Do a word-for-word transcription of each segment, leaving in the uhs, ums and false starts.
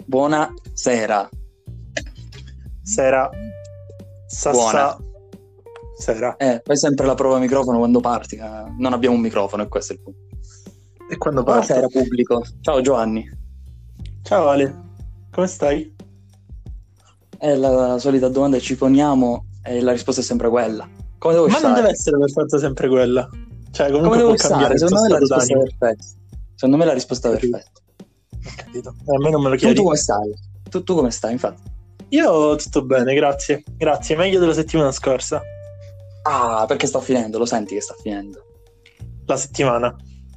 Buonasera. Sera. Sassa. Buona. Sera. Eh, fai sempre la prova microfono quando parti. eh, Non abbiamo un microfono e questo è il punto. E quando parto? Buonasera pubblico. Ciao Giovanni. Ciao Ale, come stai? È la solita domanda che ci poniamo e la risposta è sempre quella. Come devo Ma stare? non deve essere per forza sempre quella. Cioè, comunque Come devo può stare? cambiare. Secondo me è la stato risposta d'animo. perfetta. Secondo me è la risposta Capito. perfetta. Ho capito. Eh, A me non me lo Tu, chiedi. tu come stai? Tu, tu come stai, infatti? Io tutto bene, grazie. Grazie, meglio della settimana scorsa. Ah, perché sta finendo? Lo senti che sta finendo? La settimana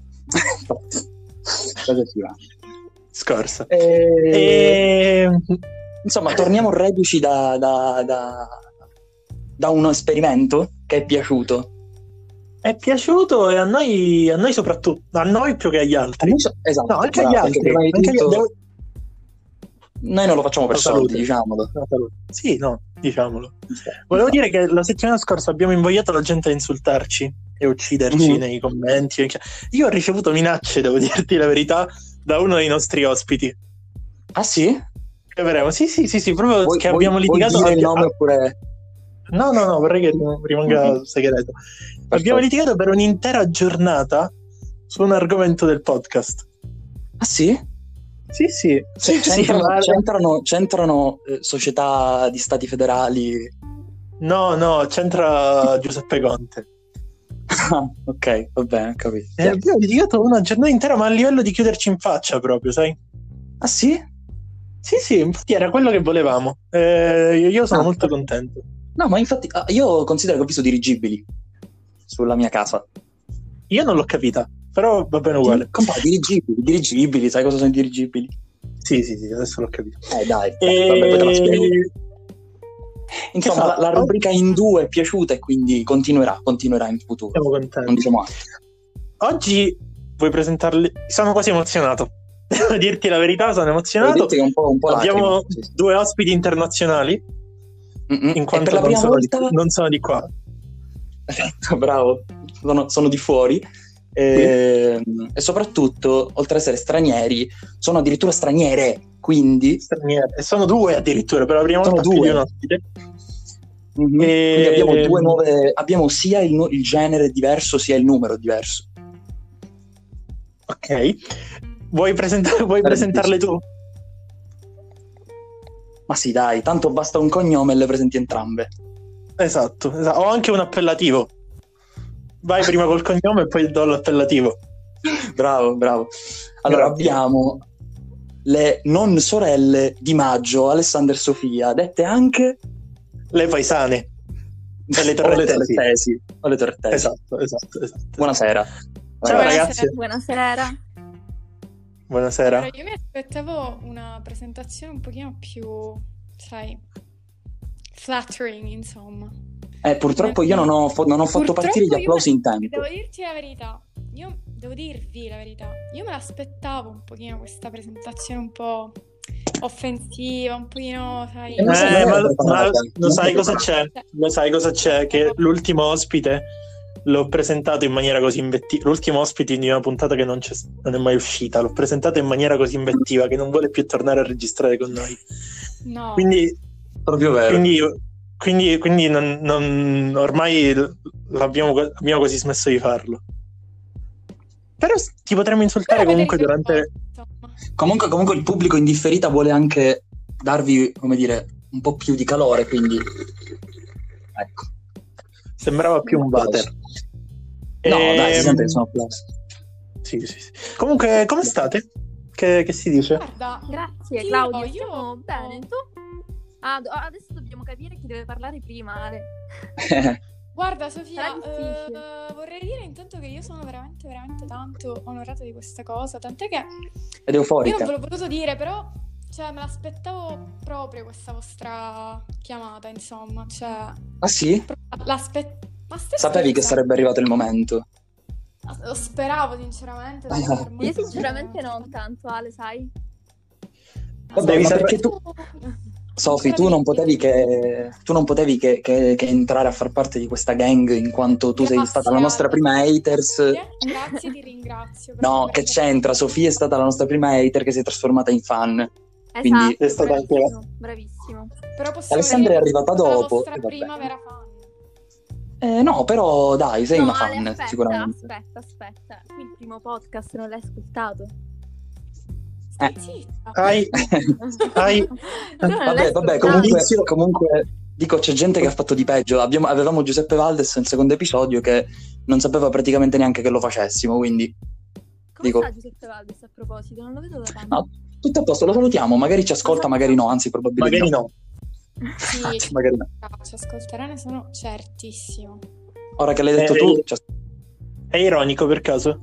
Cosa si va? scorsa. E... E... Insomma, torniamo reduci da, da, da, da uno esperimento che è piaciuto. È piaciuto e a noi, a noi soprattutto, a noi più che agli A altri. noi so- esatto, No, anche bravo, agli perché altri. prima di Anche agli- tutto devo- noi non lo facciamo per La soldi, salute. diciamolo. La salute. Sì, no, diciamolo. Volevo dire che la settimana scorsa abbiamo invogliato la gente a insultarci e ucciderci Mhm. nei commenti. Io ho ricevuto minacce, devo dirti la verità, da uno dei nostri ospiti. Ah sì? Che verremo. Sì, sì, sì, sì, proprio Vuoi, che vuoi- abbiamo vuoi litigato. dire il abbia- nome oppure... No, no, no, vorrei che rimanga Mhm. segreto. Abbiamo litigato per un'intera giornata su un argomento del podcast. Ah sì? Sì, sì. Cioè, sì, sì, c'entrano, ma- c'entrano, c'entrano eh, società di stati federali. No, no, c'entra Giuseppe Conte. Ah, ok, va bene, ho capito. E abbiamo litigato una giornata intera, ma a livello di chiuderci in faccia proprio, sai? Ah sì? Sì, sì, infatti era quello che volevamo. Eh, io- io sono Ah, molto perfetto. contento. No, ma infatti ah, io considero che ho visto dirigibili sulla mia casa. Io non l'ho capita, però va bene uguale. Compa, dirigibili, dirigibili, sai cosa sono i dirigibili? Sì, sì, sì, adesso l'ho capito. Eh dai, E... vabbè, poi te la spiego. Insomma, Che la, fa? la rubrica in due è piaciuta e quindi continuerà, continuerà in futuro. Siamo Non contenti. diciamo altro. Oggi vuoi presentarli? Sono quasi emozionato. Devo dirti la verità, sono Devo emozionato. dirti che è un po', un po' Abbiamo lacrima. Sì, sì. due ospiti internazionali, Mm-mm. in E quanto per la non prima sono, di, volta... non sono di qua. Esatto, bravo, sono, sono di fuori. E, e soprattutto, oltre ad essere stranieri, sono addirittura straniere, quindi... Straniere. E sono due addirittura, per la prima Sono volta più due. di un ospite. Mhm. E- Quindi abbiamo due nuove, abbiamo sia il, nu- il genere diverso sia il numero diverso. Ok. Vuoi, presentare, vuoi Era presentarle tu? Ma sì, dai, tanto basta un cognome e le presenti entrambe. Esatto, esatto. Ho anche un appellativo. Vai prima col cognome e poi do l'appellativo. Bravo, bravo. Allora Grazie. abbiamo le non sorelle di Maggio, Alessandra e Sofia, dette anche Le paesane. E le o le torrettesi. torrettesi. O le torrettesi. Esatto, esatto, esatto. Buonasera. Ciao, Ragazzi. ragazzi. Buonasera. Buonasera. Allora, io mi aspettavo una presentazione un pochino più, sai, flattering, insomma. Eh, purtroppo io non ho, fo- non ho fatto Purtroppo partire gli io applausi me- in tempo. Devo dirti la verità, io devo dirvi la verità, io me l'aspettavo un pochino questa presentazione un po' offensiva, un pochino, sai... Eh, non so, Eh, non ma, ero ma preparata. lo Non sai ero cosa c'è? Lo sai cosa c'è? Che l'ultimo ospite l'ho presentato in maniera così invettiva. L'ultimo ospite di una puntata che non, c'è, non è mai uscita. L'ho presentato in maniera così invettiva che non vuole più tornare a registrare con noi. No, Quindi, Proprio vero. quindi, quindi, quindi non, non- ormai l'abbiamo, abbiamo quasi smesso di farlo. Però ti potremmo insultare però comunque vedrete un po', durante. insomma. Comunque, comunque il pubblico in differita vuole anche darvi, come dire, un po' più di calore, quindi ecco. Sembrava più un water. No, dai, si Ehm, sente che sono applausi. Sì, sì, sì. Comunque, come state? Che, che si dice? Guarda, Grazie Io- Claudio, io- stiamo bene, tu? Ah, do- adesso dobbiamo capire chi deve parlare prima, Ale. guarda Sofia, Sarà difficile. eh, vorrei dire intanto che io sono veramente, veramente tanto onorata di questa cosa, tant'è che Ed io non euforica. ve l'ho potuto dire, però, cioè, me l'aspettavo proprio questa vostra chiamata, insomma, cioè, Ah sì? l'aspet- ma stai Sapevi che scherzando? sarebbe arrivato il momento. Lo speravo sinceramente. Ah, davvero, no. per molto Io sinceramente tempo. non tanto, Ale, sai? Vabbè, Devi ma sapere- perché tu, Sofi, tu non potevi che tu non potevi che, che- che entrare a far parte di questa gang in quanto tu sei Grazie, stata la nostra Ale. prima haters. Grazie, grazie, ti ringrazio. No, perché- che c'entra? Sofia è stata la nostra prima hater che si è trasformata in fan. Quindi è stata anche la- bravissimo, bravissimo. Però possiamo Alessandra è dire arrivata che è la dopo. vostra e vabbè. prima vera fan. Eh, no, però dai, sei No, una Ale, fan, aspetta, sicuramente. aspetta, aspetta. Qui il primo podcast non l'hai ascoltato? Stai Eh. zitta. Hai, hai- Tu non l'hai Vabbè, vabbè, ascoltato? comunque, Inizio- comunque dico, c'è gente che ha fatto di peggio. Abbiamo- avevamo Giuseppe Valdes nel secondo episodio che non sapeva praticamente neanche che lo facessimo, quindi Come dico- sta Giuseppe Valdes a proposito? Non lo vedo da tanto. no, tutto a posto, lo salutiamo, magari ci ascolta, magari no, anzi probabilmente magari no. Sì, Anzi, magari no. ci ascolterà, ne sono certissimo. Ora che l'hai detto Eh, tu, eh. ci as- È ironico per caso?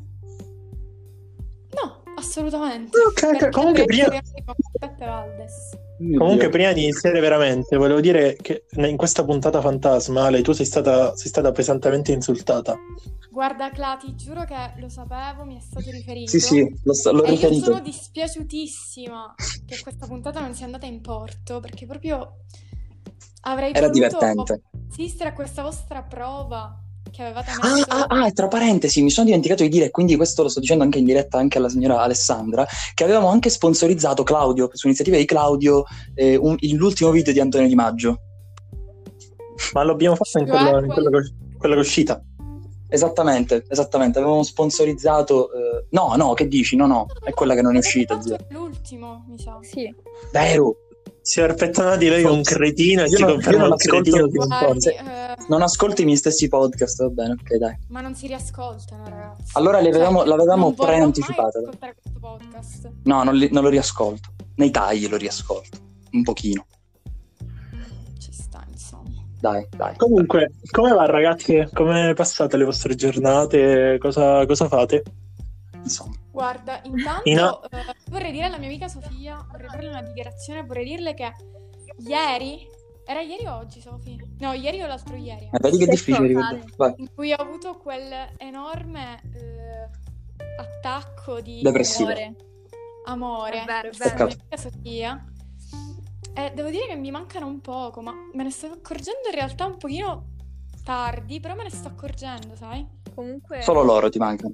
No, assolutamente. Ok, ok, Perché comunque dovrei prima- essere amico con Peppe Valdes. Comunque, Oddio. prima di iniziare veramente, volevo dire che in questa puntata fantasma, Ale, tu sei stata, sei stata pesantemente insultata. Guarda, Cla, ti giuro che lo sapevo, mi è stato riferito. Sì, sì, lo so- l'ho E io riferito. sono dispiaciutissima che questa puntata non sia andata in porto, perché proprio avrei Era voluto divertente. assistere a questa vostra prova che avevate Ah, messo. ah, ah, e tra parentesi, mi sono dimenticato di dire, quindi questo lo sto dicendo anche in diretta anche alla signora Alessandra, che avevamo anche sponsorizzato Claudio, su iniziativa di Claudio, eh, un- il- l'ultimo video di Antonio Di Maggio. Ma lo abbiamo fatto in Cioè, quello, in quel- quello che, quello che è uscita. Esattamente, esattamente, avevamo sponsorizzato... eh, no, no, che dici? No, no, è quella che non è uscita, Avete zio. fatto l'ultimo, mi sa. Sì. Vero, Si è perfezionato di lei un cretino e Io si non- conferma io non un cretino ascolto- di un po'. Guardi, se- eh, non ascolti i miei stessi podcast, va bene, ok, dai. ma non si riascoltano, ragazzi. Allora li avevamo- Cioè, l'avevamo non vorrò preanticipata. mai ascoltare questo podcast. No, non, li- non lo riascolto. Nei tagli lo riascolto, un pochino. Ci sta, insomma. Dai, dai. Comunque, come va ragazzi? Come passate le vostre giornate? Cosa, cosa fate? Insomma. Guarda, intanto Ina- eh, vorrei dire alla mia amica Sofia, vorrei farle una dichiarazione, vorrei dirle che ieri, era ieri o oggi, Sofia? No, ieri o l'altro ieri, Eh, vedi che Che difficile, cosa, ricordare. Vai. in cui ho avuto quel enorme eh, attacco di Depressivo. Amore. amore È vero, è verso la vero. mia amica Sofia. E devo dire che mi mancano un poco, ma me ne sto accorgendo in realtà un pochino tardi, però me ne sto accorgendo, sai? Comunque Solo loro ti mancano.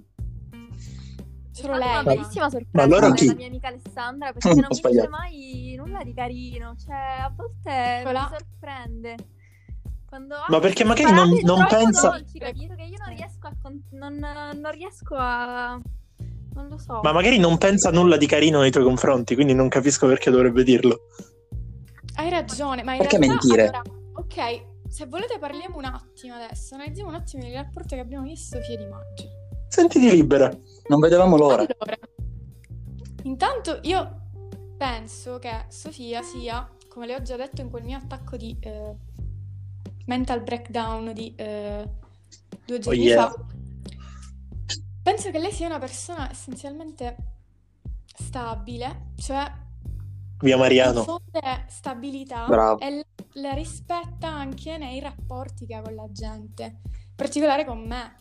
Solo è stata lei. una bellissima sorpresa Ma allora della chi? mia amica Alessandra, perché Ho non mi dice sbagliato. mai nulla di carino, cioè a volte Voilà. mi sorprende. Quando Ma ah, perché magari non- sparate non troppo pensa- dolci, capito? Che io non riesco a con- non, non riesco a non lo so. Ma magari non pensa nulla di carino nei tuoi confronti, quindi non capisco perché dovrebbe dirlo. Hai ragione, ma in Perché realtà mentire? allora, ok, se volete parliamo un attimo adesso, analizziamo un attimo il rapporto che abbiamo visto Sofia Di Maggio. Sentiti libera. Non vedevamo l'ora. Allora, intanto io penso che Sofia sia, come le ho già detto in quel mio attacco di eh, mental breakdown di eh, due giorni yeah. fa, penso che lei sia una persona essenzialmente stabile, cioè Via Mariano. diffonde stabilità Bravo. e la, la rispetta anche nei rapporti che ha con la gente, in particolare con me.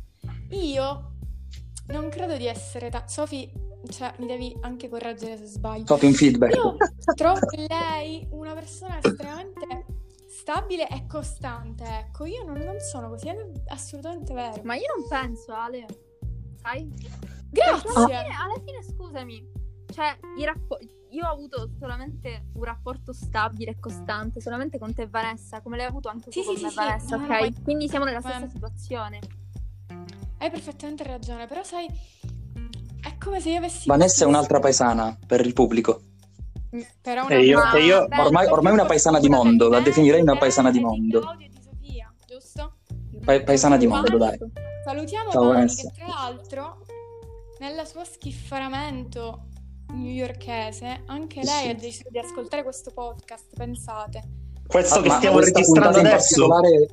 Io non credo di essere ta- Sofi, cioè mi devi anche correggere se sbaglio. Fate un feedback. Io trovo in lei una persona estremamente stabile e costante, ecco, io non, non sono così, è assolutamente vero. Ma io non penso, Ale. Sai? Grazie. Alla fine, alla fine, scusami, cioè i rappo- io ho avuto solamente un rapporto stabile e costante solamente con te e Vanessa, come l'hai avuto anche tu Sì, con sì, me sì, Vanessa, sì. ok? No, no, ma- Quindi siamo nella ma- stessa situazione. Hai perfettamente ragione, però sai, è come se io avessi... Vanessa è un'altra paesana per il pubblico. Però una E io- ma- e io- beh, ormai- perché ormai una paesana di fortuna mondo, di la me, definirei una di paesana di te, mondo. Claudio e di Sofia, giusto? Pa- paesana di Ma- mondo, dai. Salutiamo Ciao, Vani, Vanessa. che tra l'altro, nella sua schiffaramento newyorkese, anche lei Sì. ha deciso di ascoltare questo podcast, pensate. Questo Ah, che ma stiamo questa registrando puntata in adesso. particolare-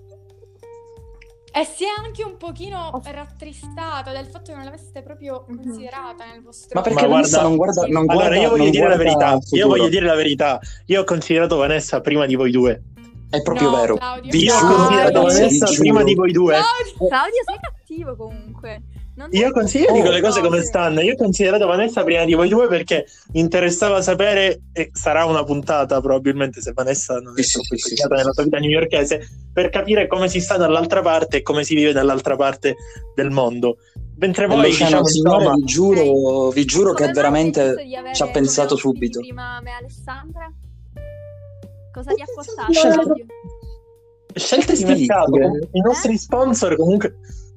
E si è anche un pochino rattristata del fatto che non l'aveste proprio Mhm. considerata nel vostro... Ma perché Ma Vanessa guarda- non guarda, non Allora, guarda, io voglio non dire la guarda verità. al Io futuro. voglio dire la verità. Io ho considerato Vanessa prima di voi due. È proprio No, vero. Claudio. Vi Io ho giuro, considerato ragazzi, Vanessa vi prima giuro. di voi due. Claudio! Claudio, sei cattivo comunque. Non Io considero, dico le cose come cose. stanno. Io ho considerato Vanessa prima di voi due perché mi interessava sapere, e sarà una puntata probabilmente se Vanessa non è Sì, sì, troppo sì, sì, impegnata sì, nella sì. sua vita newyorkese, per capire come si sta dall'altra parte e come si vive dall'altra parte del mondo. Mentre E voi, l'Oceano, diciamo, signore, insomma, vi giuro, vi giuro Come che mai veramente hai deciso di avere ci ha pensato due ospiti subito. prima me e Alessandra? Cosa ti ha portato, Scelte- Claudio? scelte di Stilistiche. mercato. I nostri sponsor comunque...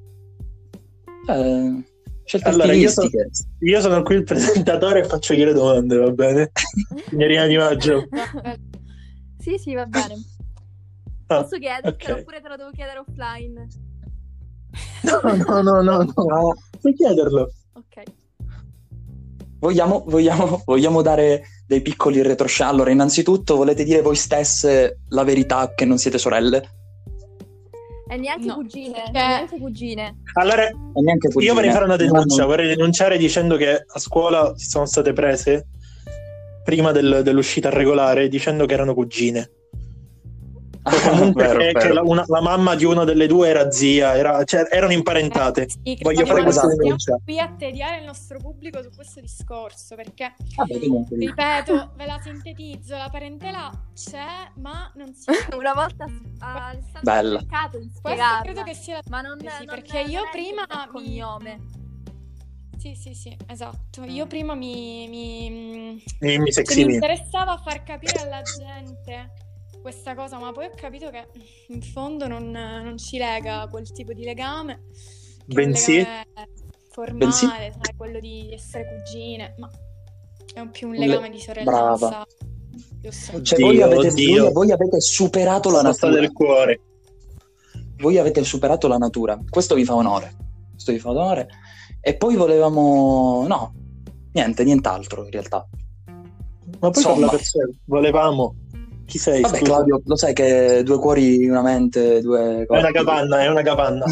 Eh, scelte Allora, io, so- stilistiche. io sono qui il presentatore e faccio io le domande, va bene? Signorina Di Maggio. Sì, sì, va bene. Ah, Posso chiedertelo ok. oppure te lo devo chiedere offline? No, no, no, no, no. Puoi chiederlo. Ok. Vogliamo, vogliamo, vogliamo dare dei piccoli retroscena. Allora, innanzitutto, volete dire voi stesse la verità che non siete sorelle? E neanche No, cugine, perché- neanche cugine. Allora, E neanche cugine. io vorrei fare una denuncia. No, Vorrei denunciare dicendo che a scuola si sono state prese prima del- dell'uscita regolare dicendo che erano cugine. O comunque vero, che, vero. che la, una- la mamma di una delle due era zia, era- cioè, erano imparentate. Sì, Voglio fare Claudio, ma questa non denuncia. stiamo qui a tediare il nostro pubblico su questo discorso, perché, Vabbè, comunque, ripeto, ve la sintetizzo, la parentela c'è, ma non si... Una volta a Alessandra ha Bella. cercato di Questo spiegarla, credo che sia la... ma non, Sì, non- perché io non è prima il mi- cognome. Sì, sì, sì, esatto. Io prima mi... mi... Mi, mi Cioè, mi sexy. interessava far capire alla gente questa cosa, ma poi ho capito che in fondo non, non ci lega quel tipo di legame, che Bensì? è un legame formale, Bensì? sai, quello di essere cugine, ma è un più un Le- legame di sorellanza. Giusto? Cioè, Oddio, voi, avete, oddio. voi, voi avete superato la La sta natura. del cuore. Voi avete superato la natura. Questo vi fa onore. Questo vi fa onore. E poi volevamo... No, niente, nient'altro in realtà. Ma poi Insomma. parla per sé. Volevamo. Chi sei? Vabbè, scusa? Claudio, lo sai che due cuori, una mente, due È corpi. una capanna, è una capanna.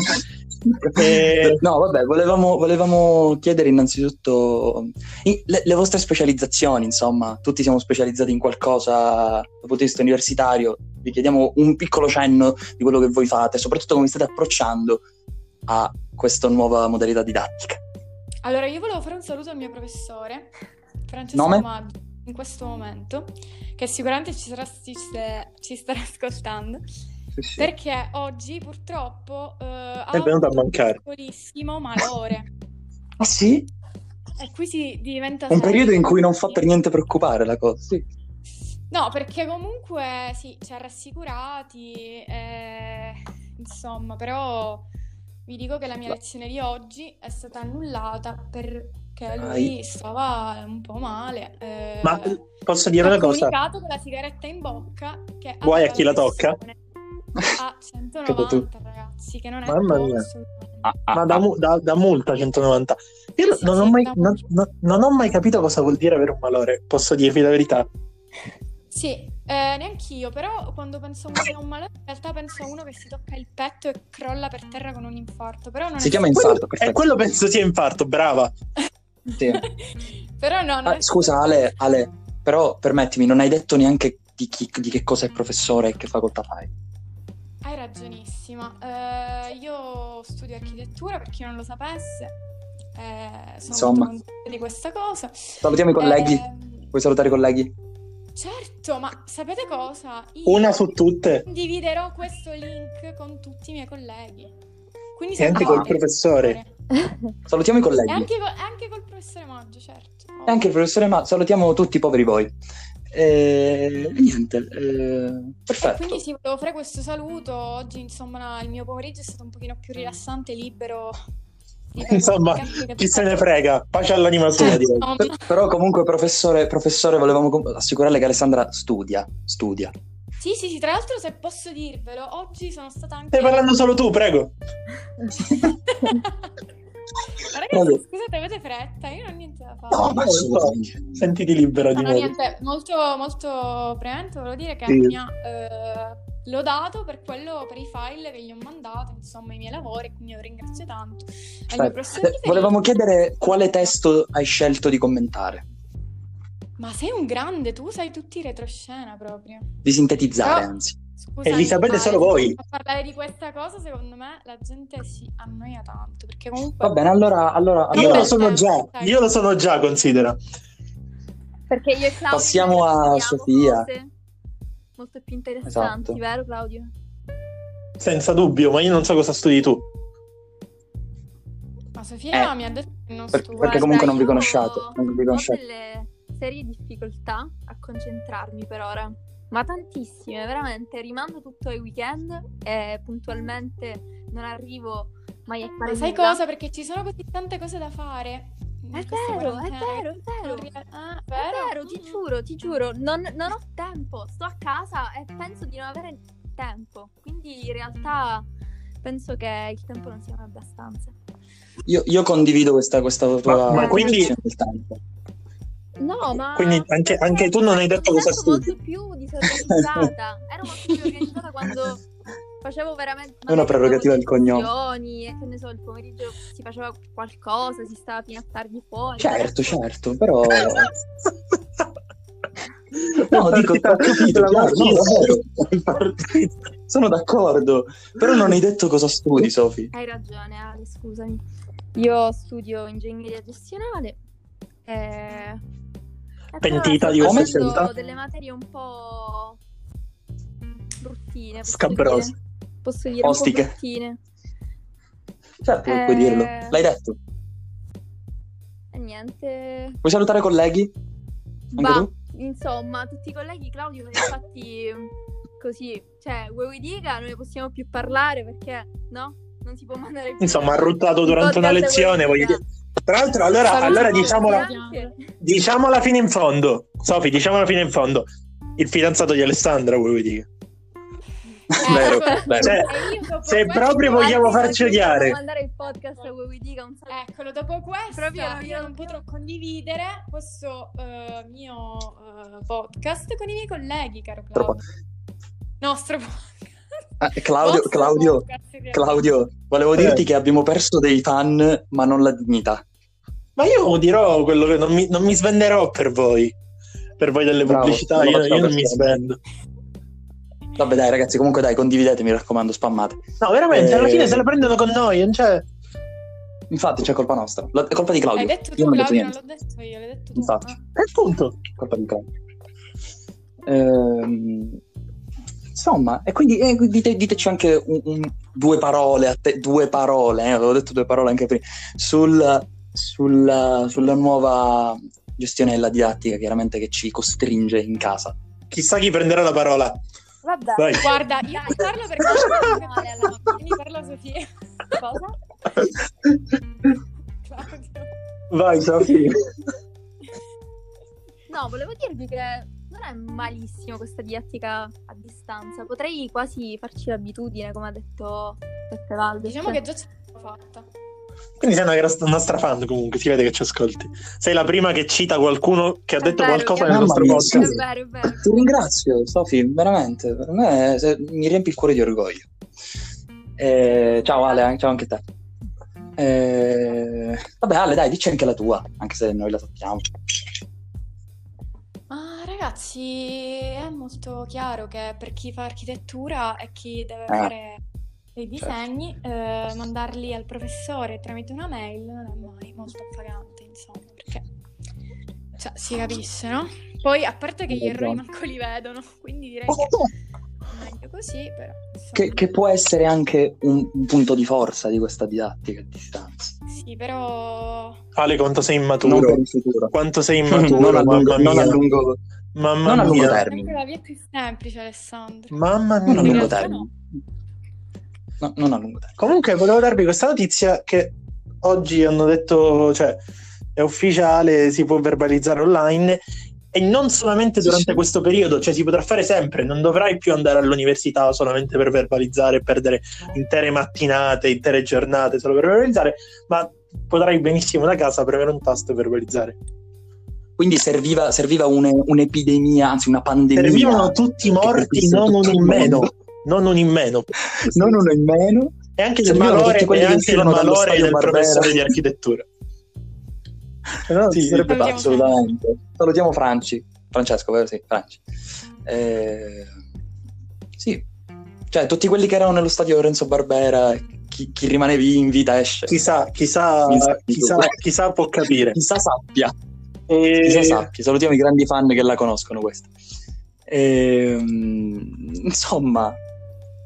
Eh, No, vabbè, volevamo, volevamo chiedere innanzitutto i- le, le vostre specializzazioni, insomma, tutti siamo specializzati in qualcosa dal punto di vista universitario, vi chiediamo un piccolo cenno di quello che voi fate, soprattutto come vi state approcciando a questa nuova modalità didattica. Allora, io volevo fare un saluto al mio professore, Francesco Nome? Maggio, in questo momento, che sicuramente ci, sarà, ci, ci starà ascoltando, perché oggi purtroppo eh, ha È venuto a avuto mancare. un piccolissimo malore. Ah sì? E qui si diventa Un serio. periodo in cui non fa per niente preoccupare la cosa, sì. No, perché comunque sì, ci ha rassicurati, eh, insomma, però vi dico che la mia lezione di oggi è stata annullata perché lui Dai. stava un po' male. eh, Ma posso dire ha una cosa? comunicato con la sigaretta in bocca che Guai a aveva chi la tocca? pressione a Capo tu. centonovanta, ragazzi, che non è Mamma poco mia. assolutamente. Ah, ah, Ma da, ah. mu- da- da multa centonovanta. Io Sì, non, sì, ho mai, da non, multa. non- non ho mai capito cosa vuol dire avere un malore. Posso dirvi la verità? Sì, eh, neanch'io, però quando penso a uno che ha un malore, in realtà penso a uno che si tocca il petto e crolla per terra con un infarto, però non Si è chiama stato- infarto, E perfetto. quello penso sia infarto, brava. Sì. Però no, non Ah, è scusa stato- Ale, Ale, però permettimi, non hai detto neanche di, chi, di che cosa è professore e che facoltà fai. Hai ragionissima. Eh, io studio architettura, per chi non lo sapesse. Eh, sono Insomma. molto contenta di questa cosa. Salutiamo i colleghi. Ehm, Vuoi salutare i colleghi? certo, ma sapete cosa? Io Una su tutte. condividerò questo link con tutti i miei colleghi. Quindi E anche salutiamo col il professore. Salutiamo i E colleghi. anche, co- e anche col professore Maggio, certo. E anche il professore, ma salutiamo tutti i poveri voi. E niente, eh, perfetto. Quindi sì, volevo fare questo saluto. Oggi, insomma, il mio pomeriggio è stato un pochino più rilassante, libero. di fare Insomma, qualche chiacchiera chi che- se ne frega. Pace all'anima sua, direi. Insomma. Per- però comunque professore, professore, volevamo com- assicurarle che Alessandra studia, studia. Sì, sì, sì, tra l'altro se posso dirvelo, oggi sono stata anche... Stai parlando solo tu, prego. Ma ragazzi, Prego. scusate, avete fretta, io non ho niente da fare. No, ma Non lo so. assolutamente. Sentiti libero di No, no, nuovo. niente, molto, molto brevemente volevo dire che Sì. mi ha eh, lodato per quello, per i file che gli ho mandato, insomma, i miei lavori, quindi lo ringrazio tanto. Al mio Aspetta, professore eh, volevamo chiedere quale testo hai scelto di commentare, Ma sei un grande, tu sai tutti i retroscena proprio. di sintetizzare, Però- anzi. Scusami, E li sapete Ale, solo se voi. A parlare di questa cosa, secondo me, la gente si annoia tanto, perché comunque... Va bene, allora, allora, Io allora lo sono già, io lo sono già, considera. Perché io e Claudio Passiamo a studiamo Sofia. cose molto più interessanti, Esatto. vero Claudio? Senza dubbio, ma io non so cosa studi tu. Ma Sofia Eh, mi ha detto che non per- studia. perché comunque non vi io conosciate, non vi ho conosciate. delle serie difficoltà a concentrarmi per ora, ma tantissime, veramente. Rimando tutto ai weekend e puntualmente non arrivo mai a fare Ma sai nulla. cosa? Perché ci sono così tante cose da fare. in È questa vero, è quarantena vero, è che vero. non rie- Ah, È vero? vero, ti giuro, ti giuro, non, non ho tempo, sto a casa e penso di non avere tempo, quindi in realtà penso che il tempo non sia mai abbastanza. Io, io condivido questa, questa tua ma quindi- concezione del tempo. No, ma Quindi anche- perché anche tu non hai detto mi cosa sento molto studi. più disorganizzata. Ero molto più organizzata quando facevo veramente È una prerogativa del cognome. lezioni e che ne so, il pomeriggio si faceva qualcosa, si stava fino a tardi fuori. Certo, Adesso- certo, però... La No, dico, partita- ho capito, la chiaro, no, partita- davvero. partita. Sono d'accordo, però non hai detto cosa studi, Sofi. Hai ragione, Ale, scusami. Io studio ingegneria gestionale e... e per ora Pentita sto di questa facendo scelta? delle materie un po' bruttine, posso Scabrose. dire. Posso dire un po' Ostiche. bruttine. Certo che Eh, puoi dirlo. L'hai detto. E niente. Vuoi salutare i colleghi? Anche Va, tu? insomma, tutti i colleghi, Claudio, infatti così, cioè, vuoi vuoi dica, non ne possiamo più parlare perché, no? Non si può mandare più. Insomma, ha ruttato durante il una podcast lezione, Vuoi voglio Dica. dire. Tra l'altro, allora, Salutiamo allora tutti. diciamola, Anche- diciamola fino in fondo. Sofi, diciamola fino in fondo. Il fidanzato di Alessandra, vuoi dire? Eh, Vero, ecco- vero. Cioè, e io dopo se questo- proprio vogliamo Anzi, farci perché odiare. dobbiamo mandare il podcast a Vuoi vuoi dica un sacco. Eccolo, dopo questo Proprio non io glielo non più. potrò condividere questo eh, mio eh, podcast con i miei colleghi, caro Troppo. Claudio. Nostro podcast. Eh, Claudio, Vostro Claudio, podcast, in realtà. Claudio, volevo Eh. dirti che abbiamo perso dei fan, ma non la dignità. Ma io dirò quello che non mi, non mi svenderò per voi. Per voi delle Bravo, pubblicità, non lo io, facciamo io non per mi sempre. svendo. Vabbè dai ragazzi, comunque dai, condividete, mi raccomando, spammate. No, veramente, Eh. alla fine se la prendono con noi, non c'è... Infatti c'è colpa nostra, La- è colpa di Claudio. Hai detto Io tu, non ho detto Claudio, non niente, l'ho detto io, l'hai detto tu. Infatti. Ah. È il punto. colpa di Claudio. Ehm, insomma, e quindi eh, dite- diteci anche un- un- due parole, a te, due parole, eh, avevo detto due parole anche prima, sul, sulla, sulla nuova gestione della didattica, chiaramente che ci costringe in casa. Chissà chi prenderà la parola. Vabbè. Vai. Guarda, io Dai, ti parlo perché dai, male alla mattina. quindi parla Sofia. Cosa? Claudio. Vai, Sofi. No, volevo dirvi che non è malissimo questa didattica a distanza. Potrei quasi farci l'abitudine, come ha detto Peppe Valde. Diciamo Cioè, che già ce l'ho fatta. Quindi sei una gra- nostra fan comunque, si vede che ci ascolti. Sei la prima che cita qualcuno che ha È detto vero, qualcosa che- nel Mamma nostro mia, podcast. sì. È vero, è vero. Ti ringrazio, Sofi, veramente, per me se- mi riempi il cuore di orgoglio. Eh, ciao Ale, ciao anche te. Eh, vabbè Ale, dai, dici anche la tua, anche se noi la sappiamo. Ma ragazzi, è molto chiaro che per chi fa architettura e chi deve Ah, fare dei disegni, eh, mandarli al professore tramite una mail non è mai molto appagante, insomma, perché cioè, si capisce, no? Poi, a parte che Hai gli errori ragione. manco li vedono, quindi direi che è meglio così, però insomma. Che, che può essere anche un, un punto di forza di questa didattica a distanza. Sì, però Ale, quanto sei Non immaturo. per il futuro. Quanto sei immaturo, non a lungo, mamma non a mia. lungo, Mamma non a lungo mia. è termine. sempre la via più semplice, Alessandro. Mamma Non a In mia. lungo realtà termine. No, non a lungo termine. Comunque volevo darvi questa notizia che oggi hanno detto, cioè è ufficiale, si può verbalizzare online e non solamente Sì, durante sì. questo periodo, cioè si potrà fare sempre, non dovrai più andare all'università solamente per verbalizzare e perdere intere mattinate, intere giornate solo per verbalizzare, ma potrai benissimo da casa premere un tasto e verbalizzare. Quindi serviva, serviva une- un'epidemia, anzi una pandemia. Servivano tutti che morti, colpisse non tutto uno il in meno, mondo. non uno in meno. Non uno in meno. E anche il Servivano malore, tutti quelli e che anche il uscivano dallo malore stadio del Barbera. professore di architettura. No, Sì, sarebbe Salutiamo pazzo. assolutamente. Salutiamo Franci. Francesco, vero? Sì, Franci. Eh, sì. Cioè, tutti quelli che erano nello stadio Lorenzo Barbera, chi, chi rimane in vita esce. Chissà, chissà, Chissà. chissà, chissà può capire. Chissà sappia. E- Chissà sappia. Salutiamo i grandi fan che la conoscono questa. Ehm, insomma,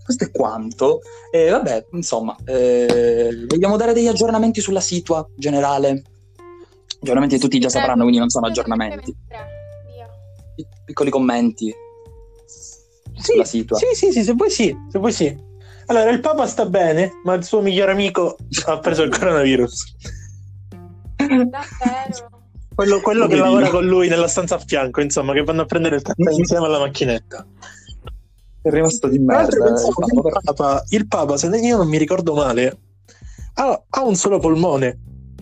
questo è quanto. E vabbè, insomma, eh, vogliamo dare degli aggiornamenti sulla situa generale. Aggiornamenti tutti già sapranno, quindi non sono aggiornamenti. Pi- piccoli commenti sulla Sì, situa. sì, sì, sì, se vuoi sì, se vuoi sì. Allora, il Papa sta bene, ma il suo migliore amico ha preso il coronavirus. Davvero? Quello, quello che Poverino. lavora con lui nella stanza a fianco, insomma, che vanno a prendere il caffè insieme alla macchinetta. È rimasto di Tra l'altro merda. pensavo il che Papa. il Papa, il Papa, se io non mi ricordo male, ha, ha un solo polmone.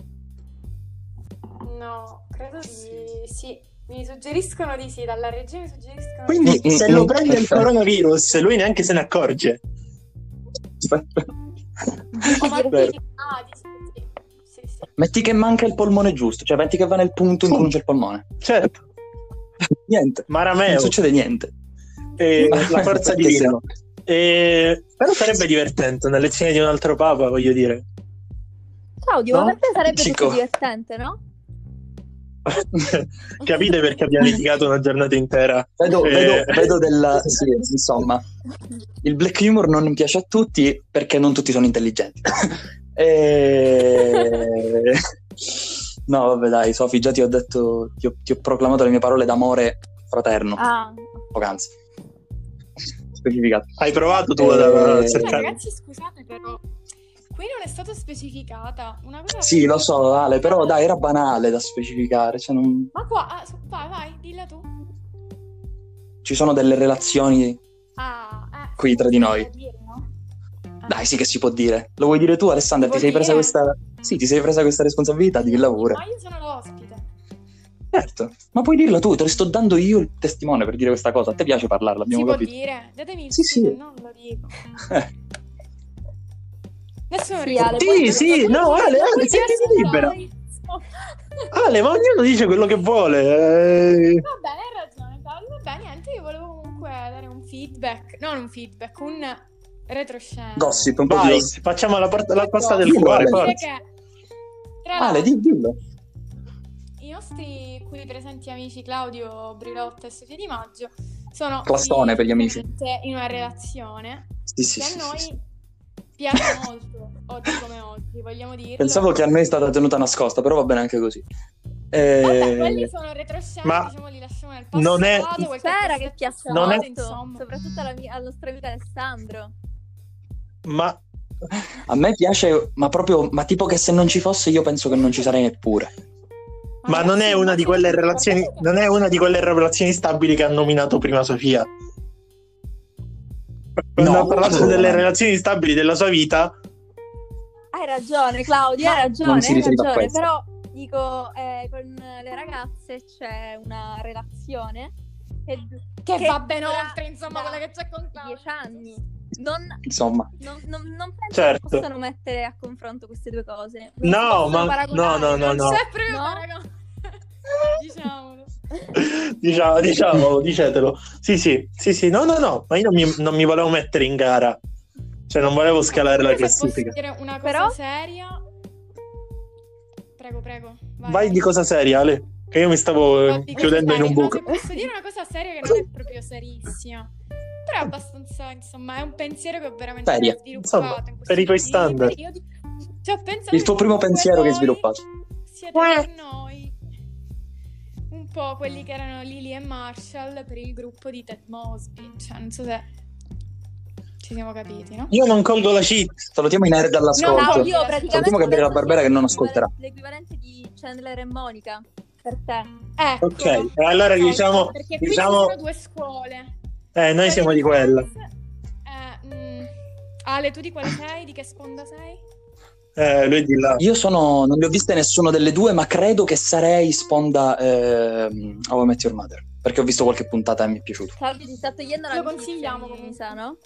No, credo di sì. Mi suggeriscono di sì, dalla regia mi suggeriscono Quindi Mm, se mm, lo mm, prende il perfetto. coronavirus, lui neanche se ne accorge. Aspetta. di sì. Oh, ma Aspetta. sì, ah, di sì, sì. Sì, sì. Metti che manca il polmone giusto, cioè metti che va nel punto in cui non c'è il polmone. Certo, Niente, non Marameo, succede niente. e la forza Perché se divina. no? E... Però sarebbe divertente, una lezione di un altro Papa, voglio dire. Claudio, No? ma per te sarebbe Cico. tutto divertente, no? Capite perché abbiamo litigato una giornata intera? Vedo, Eh, vedo, vedo della... Sì, insomma, il black humor non piace a tutti perché non tutti sono intelligenti. E... No, vabbè, dai, Sofi, già ti ho detto, ti ho, ti ho proclamato le mie parole d'amore fraterno, Ah, poc'anzi. Specificato. Hai provato tu Eh, a Cioè, cercare? ragazzi, scusate, però qui non è stato specificata una cosa. Sì, lo so, Ale, però dai, era banale da specificare. Cioè, non... Ma qua, ah, su- vai, vai, dilla tu. Ci sono delle relazioni. Ah, eh, Qui tra di noi. da dire, no? Ah. Dai, sì che si può dire. Lo vuoi dire tu, Alessandra? Si Ti può sei presa dire? questa... Sì, ti sei presa questa responsabilità di pure. Ma io sono l'ospite. Certo, ma puoi dirla tu, te lo sto dando io il testimone per dire questa cosa. A te piace parlarla, abbiamo Si può capito. dire? Datemi il Sì, sì, sì. se no lo dico. Eh, Nessuno Sì, risponde. Ale, Sì, poi- sì, poi- no, poi- Ale, poi- Ale, poi- sentiti poi- libera. poi- Ale, ma ognuno dice quello che vuole. eh. Va bene, hai ragione, Paolo. Vabbè, niente, io volevo comunque dare un feedback. Non un feedback, un retroscena. gossip, un po' di Vai, gossip. facciamo la, porta, la pasta del Dillo, cuore, Ale. Dire forza. che, tra Ale, l'altro, di- dillo. i nostri qui presenti amici Claudio, Brilotta e Sofia Di Maggio sono Classone per gli amici. evidentemente in una relazione Sì, sì, che sì, a noi sì, sì. piace molto, oggi come oggi, vogliamo dirlo. Pensavo che a noi è stata tenuta nascosta, però va bene anche così. Vabbè, quelli Eh, sono retroscena, Ma diciamo, li lasciamo nel passato. non è- Si qualche spera cosa che è piaccia Non è- molto, insomma. soprattutto alla mia- al nostro amico Alessandro. Ma a me piace, ma proprio, ma tipo che se non ci fosse io penso che non ci sarei neppure. Ma non è una di quelle relazioni, non è una di quelle relazioni stabili che ha nominato prima Sofia. Quando No, ha parlato delle assolutamente. relazioni stabili della sua vita, Hai ragione, Claudio, Ma hai ragione, non si hai riferiva a ragione. questo. Però dico, eh, con le ragazze c'è una relazione che, Che, che va ben dura oltre, insomma, da quella che c'è con Claudio. dieci anni. Non, Insomma, non, non, non penso Certo. che possano mettere a confronto queste due cose. Non No, si possono ma- paragonare. no, no, no, Non no. c'è proprio No? paragone. Diciamolo. diciamo, diciamolo, dicetelo. Sì, sì, sì, sì, no, no, no, ma io non mi, non mi volevo mettere in gara. Cioè, non volevo scalare la Comunque, se posso classifica. dire una cosa Però- seria. Prego, prego. Vai, Vai di cosa seria, Ale? Che io mi stavo eh, No, di cosa chiudendo in un seria. buco. No, se posso dire una cosa seria che non è proprio serissima. Però è abbastanza, insomma, è un pensiero che ho veramente Seria. sviluppato Insomma, in questi per i tuoi ultimi standard. periodi. Cioè, ho pensato il tuo che primo comunque pensiero che hai voi sviluppato. siete per noi un po' quelli che erano Lily e Marshall per il gruppo di Ted Mosby. Cioè, non so se ci siamo capiti, no? Io non colgo la cheat. Salutiamo i nerd No, all'ascolto. Claudio, Salutiamo praticamente Gabriele Barbera che non l'equivalente- ascolterà. L'equivalente di Chandler e Monica per te. Ecco. Ok, e allora No, diciamo, perché qui diciamo- ci sono due scuole. Eh, noi siamo di quella. Eh, mm, Ale, tu di quale sei? Di che sponda sei? Eh, lui di là. Io sono, non le ho viste nessuno delle due, ma credo che sarei sponda ehm, How I Met Your Mother, perché ho visto qualche puntata e mi è piaciuto. Claudio ti sta togliendo la Lo amicizia, consigliamo mi comunque. sa, no?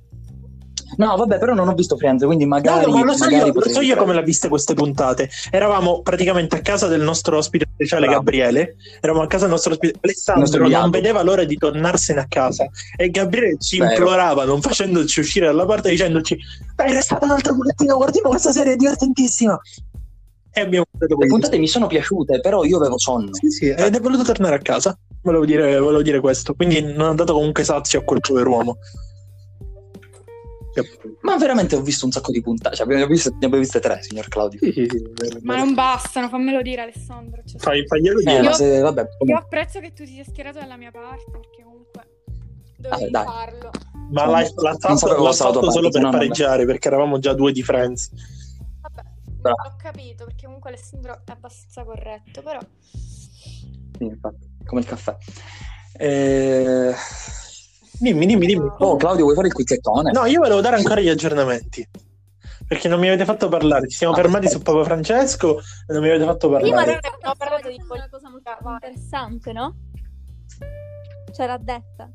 No, vabbè, però non ho visto Friends, quindi No, magari, no, ma lo so magari io, lo potrei so io riprendere. come l'ha viste queste puntate. Eravamo praticamente a casa del nostro ospite speciale Bravo. Gabriele. Eravamo a casa del nostro ospite Il nostro Alessandro, non inviato. vedeva l'ora di tornarsene a casa. E Gabriele ci Vero. implorava, non facendoci uscire dalla porta, dicendoci: dai, restate un altro pochettino, guardiamo questa serie, è divertentissima. E abbiamo guardato Le questo. puntate mi sono piaciute, però io avevo sonno. Sì, sì, ed è voluto tornare a casa. Volevo dire, volevo dire questo. Quindi non ha dato comunque sazio a quel poveruomo. Ma veramente ho visto un sacco di puntate, cioè, abbiamo visto, ne abbiamo viste tre, signor Claudio. Sì, sì, sì, Ma non bastano, fammelo dire, Alessandro. Cioè, Fai, faglielo Eh, dire. ma Io- se, vabbè, io apprezzo che tu ti sia schierato dalla mia parte, perché comunque dovevi Ah, dai. farlo. Ma l'ha, l'ha Non fatto, sapevo l'ha fosse la tua fatto solo parte, per se no non- pareggiare, perché eravamo già due di Friends. Vabbè, Bravo. l'ho capito, perché comunque Alessandro è abbastanza corretto, però... Sì, infatti, come il caffè. Eh... Dimmi, dimmi, dimmi. Oh, Claudio, vuoi fare il quizzettone? No, io volevo dare ancora gli aggiornamenti. Perché non mi avete fatto parlare. Ci siamo Ah, fermati perfetto. su Papa Francesco e non mi avete fatto Prima parlare. in realtà Abbiamo parlato di stava dicendo una cosa molto Vai. interessante, no? C'era detta.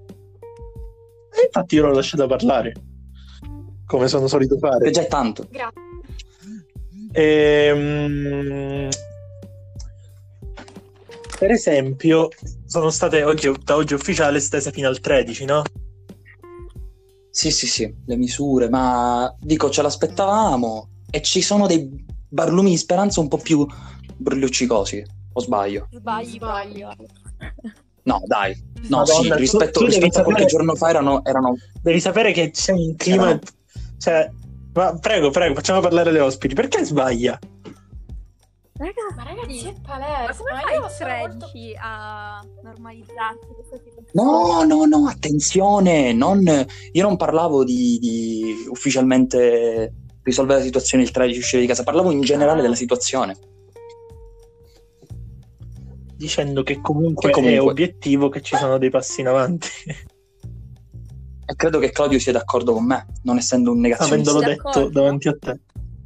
E infatti io l'ho lasciata parlare. Come sono solito Che fare. già è tanto. Grazie. Ehm, Per esempio, sono state oggi, da oggi ufficiale stese fino al tredici, no? Sì, sì, sì, le misure, ma dico, ce l'aspettavamo e ci sono dei barlumi di speranza un po' più luccicosi, o sbaglio? Sbagli, Sbaglio. No, dai, no, Madonna, sì, tu- rispetto, tu devi rispetto a qualche sapere- giorno fa erano, erano... Devi sapere che c'è un clima. Erano- Cioè, ma prego, prego, facciamo parlare le ospiti. Perché sbaglia? Ragazzi, Ma ragazzi, è ma palese, come ma fai io il sono molto... tredici a normalizzarsi questa situazione? No, no, no, attenzione, non, io non parlavo di, di ufficialmente risolvere la situazione il tredici uscire di casa, parlavo in generale Ah. della situazione. Dicendo che comunque, Che comunque- è obiettivo che ci sono dei passi in avanti. E credo che Claudio sia d'accordo con me, non essendo un negazionista. Avendolo D'accordo. detto davanti a te.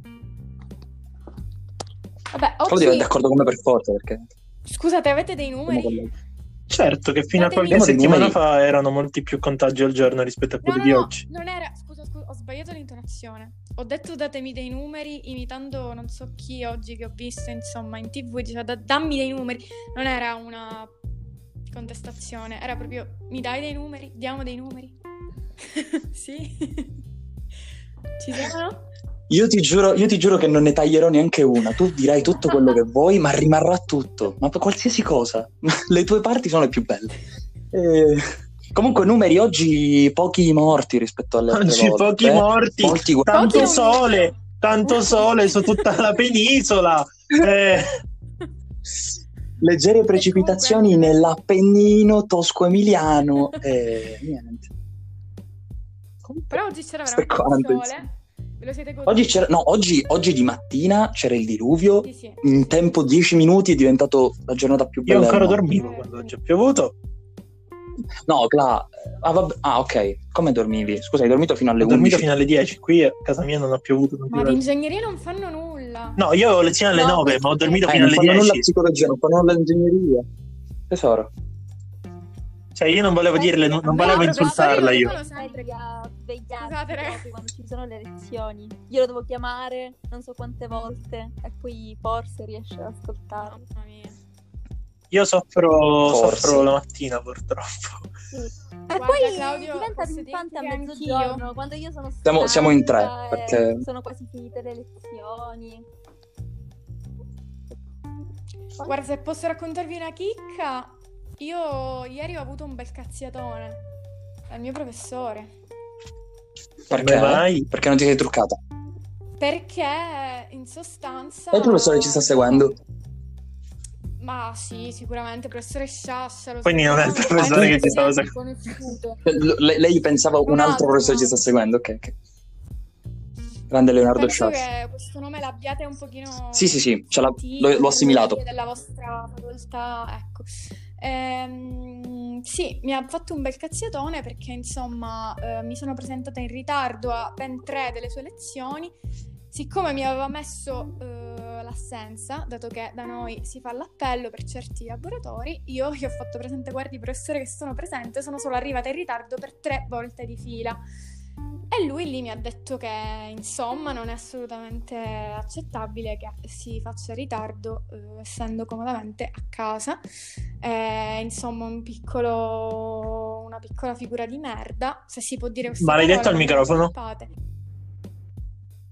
Vabbè, Claudio è oggi... d'accordo con me per forza, perché... Scusate, avete dei numeri? Certo che fino a Datemi- qualche Abbiamo dei settimana numeri. fa erano molti più contagi al giorno rispetto a No, quelli no, di no, oggi. non era... Scusa, scusa, ho sbagliato l'intonazione. Ho detto datemi dei numeri imitando non so chi oggi che ho visto, insomma, in tivù, diceva da- dammi dei numeri. Non era una contestazione, era proprio mi dai dei numeri? Diamo dei numeri? Sì? Ci sono? Io ti giuro, io ti giuro che non ne taglierò neanche una. Tu dirai tutto quello che vuoi, ma rimarrà tutto. Ma per qualsiasi cosa. Le tue parti sono le più belle. Eh, Comunque, numeri oggi pochi morti rispetto alle altre Oggi volte. pochi eh. morti, Molti gu- tanto Pochi sole, tanto sole su tutta la penisola. Eh, Leggere precipitazioni comunque- nell'Appennino tosco-emiliano. E niente. Però oggi c'era Questo è veramente il quanto, sole. Ve lo siete goduti? Oggi c'era, no, oggi, oggi di mattina c'era il diluvio. Sì, sì. In tempo dieci minuti è diventato la giornata più io bella. ancora del mondo. dormivo quando oggi è piovuto. No, Cla... ah, vabbè- ah, ok. Come dormivi? Scusa, hai dormito fino alle Ho dormito undici? fino alle dieci. Qui a casa mia non ha piovuto. non Ma ti di vedo. ingegneria non fanno nulla. No, io avevo lezione alle No, nove, ma ho dormito Eh, fino non alle fanno nulla dieci. psicologia, non fanno nulla ingegneria. Tesoro. Cioè, io non volevo dirle, non, non No, volevo professori insultarla lo io. dicono sempre. a svegliarsi Scusate, ragazzi. proprio quando ci sono le lezioni. Io lo devo chiamare non so quante volte e poi forse riesce ad ascoltarmi. Mamma mia. Io soffro, Forse. soffro la mattina, purtroppo. E Guarda, poi Claudio, diventa posso pimpante a dirti che mezzogiorno, anch'io. quando io sono Siamo- siamo in tre, stanca e perché- sono quasi finite le lezioni. Guarda, se posso raccontarvi una chicca, io ieri ho avuto un bel cazziatone dal mio professore. Perché? Come mai? Perché non ti sei truccata? Perché in sostanza... E il professore ci sta seguendo? Ma sì, sicuramente, professore Sciascia. Lo Quindi non è il sappiamo, professore è che ti stava presente, conosciuto. L- lei, lei pensava un, Un altro altro, professore no. ci sta seguendo, ok, ok. Grande Leonardo Penso Sciascia. che questo nome l'abbiate un pochino... Sì, sì, sì, ce l'ha- sentito, l'ho- l'ho assimilato. della vostra facoltà, ecco. Ehm, sì, mi ha fatto un bel cazziatone perché insomma eh, mi sono presentata in ritardo a ben tre delle sue lezioni. Siccome mi aveva messo eh, l'assenza, dato che da noi si fa l'appello per certi laboratori, io gli ho fatto presente: guardi professore che sono presente, sono solo arrivata in ritardo per tre volte di fila. E lui lì mi ha detto che insomma non è assolutamente accettabile che si faccia ritardo eh, essendo comodamente a casa. Eh, insomma un piccolo, una piccola figura di merda, se si può dire questa Ma l'hai parola, detto al non me ne microfono? incolpate.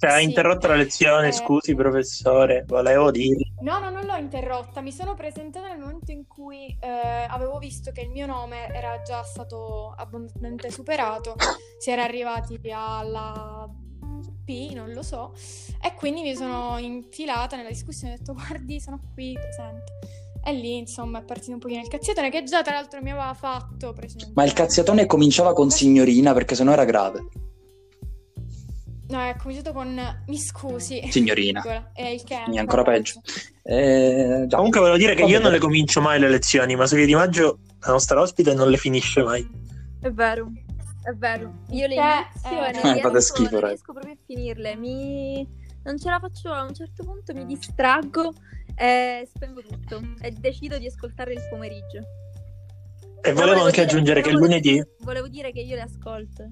Cioè, ha Sì. interrotto la lezione, Eh, scusi professore, volevo dire. No, no, non l'ho interrotta. Mi sono presentata nel momento in cui eh, avevo visto che il mio nome era già stato abbondantemente superato. Si era arrivati alla P, non lo so. E quindi mi sono infilata nella discussione e ho detto: guardi, sono qui presente. E lì, insomma, è partito un pochino il cazziatone che già tra l'altro mi aveva fatto presentare. Ma il cazziatone cominciava con signorina perché sennò era grave. No, è cominciato con mi scusi. Signorina. E il che è È ancora peggio. Eh, già. Comunque volevo dire che Vabbè. io non le comincio mai le lezioni, ma Sofia Di Maggio, la nostra ospite, non le finisce mai. È vero, è vero. Io le Che- inizio eh. e non Eh, riesco, fate schifo, non raga. riesco proprio a finirle. Mi... Non ce la faccio, a un certo punto mi distraggo e spengo tutto e decido di ascoltarle il pomeriggio. E Però volevo anche dire- aggiungere che però il volevo- lunedì... Volevo dire che io le ascolto.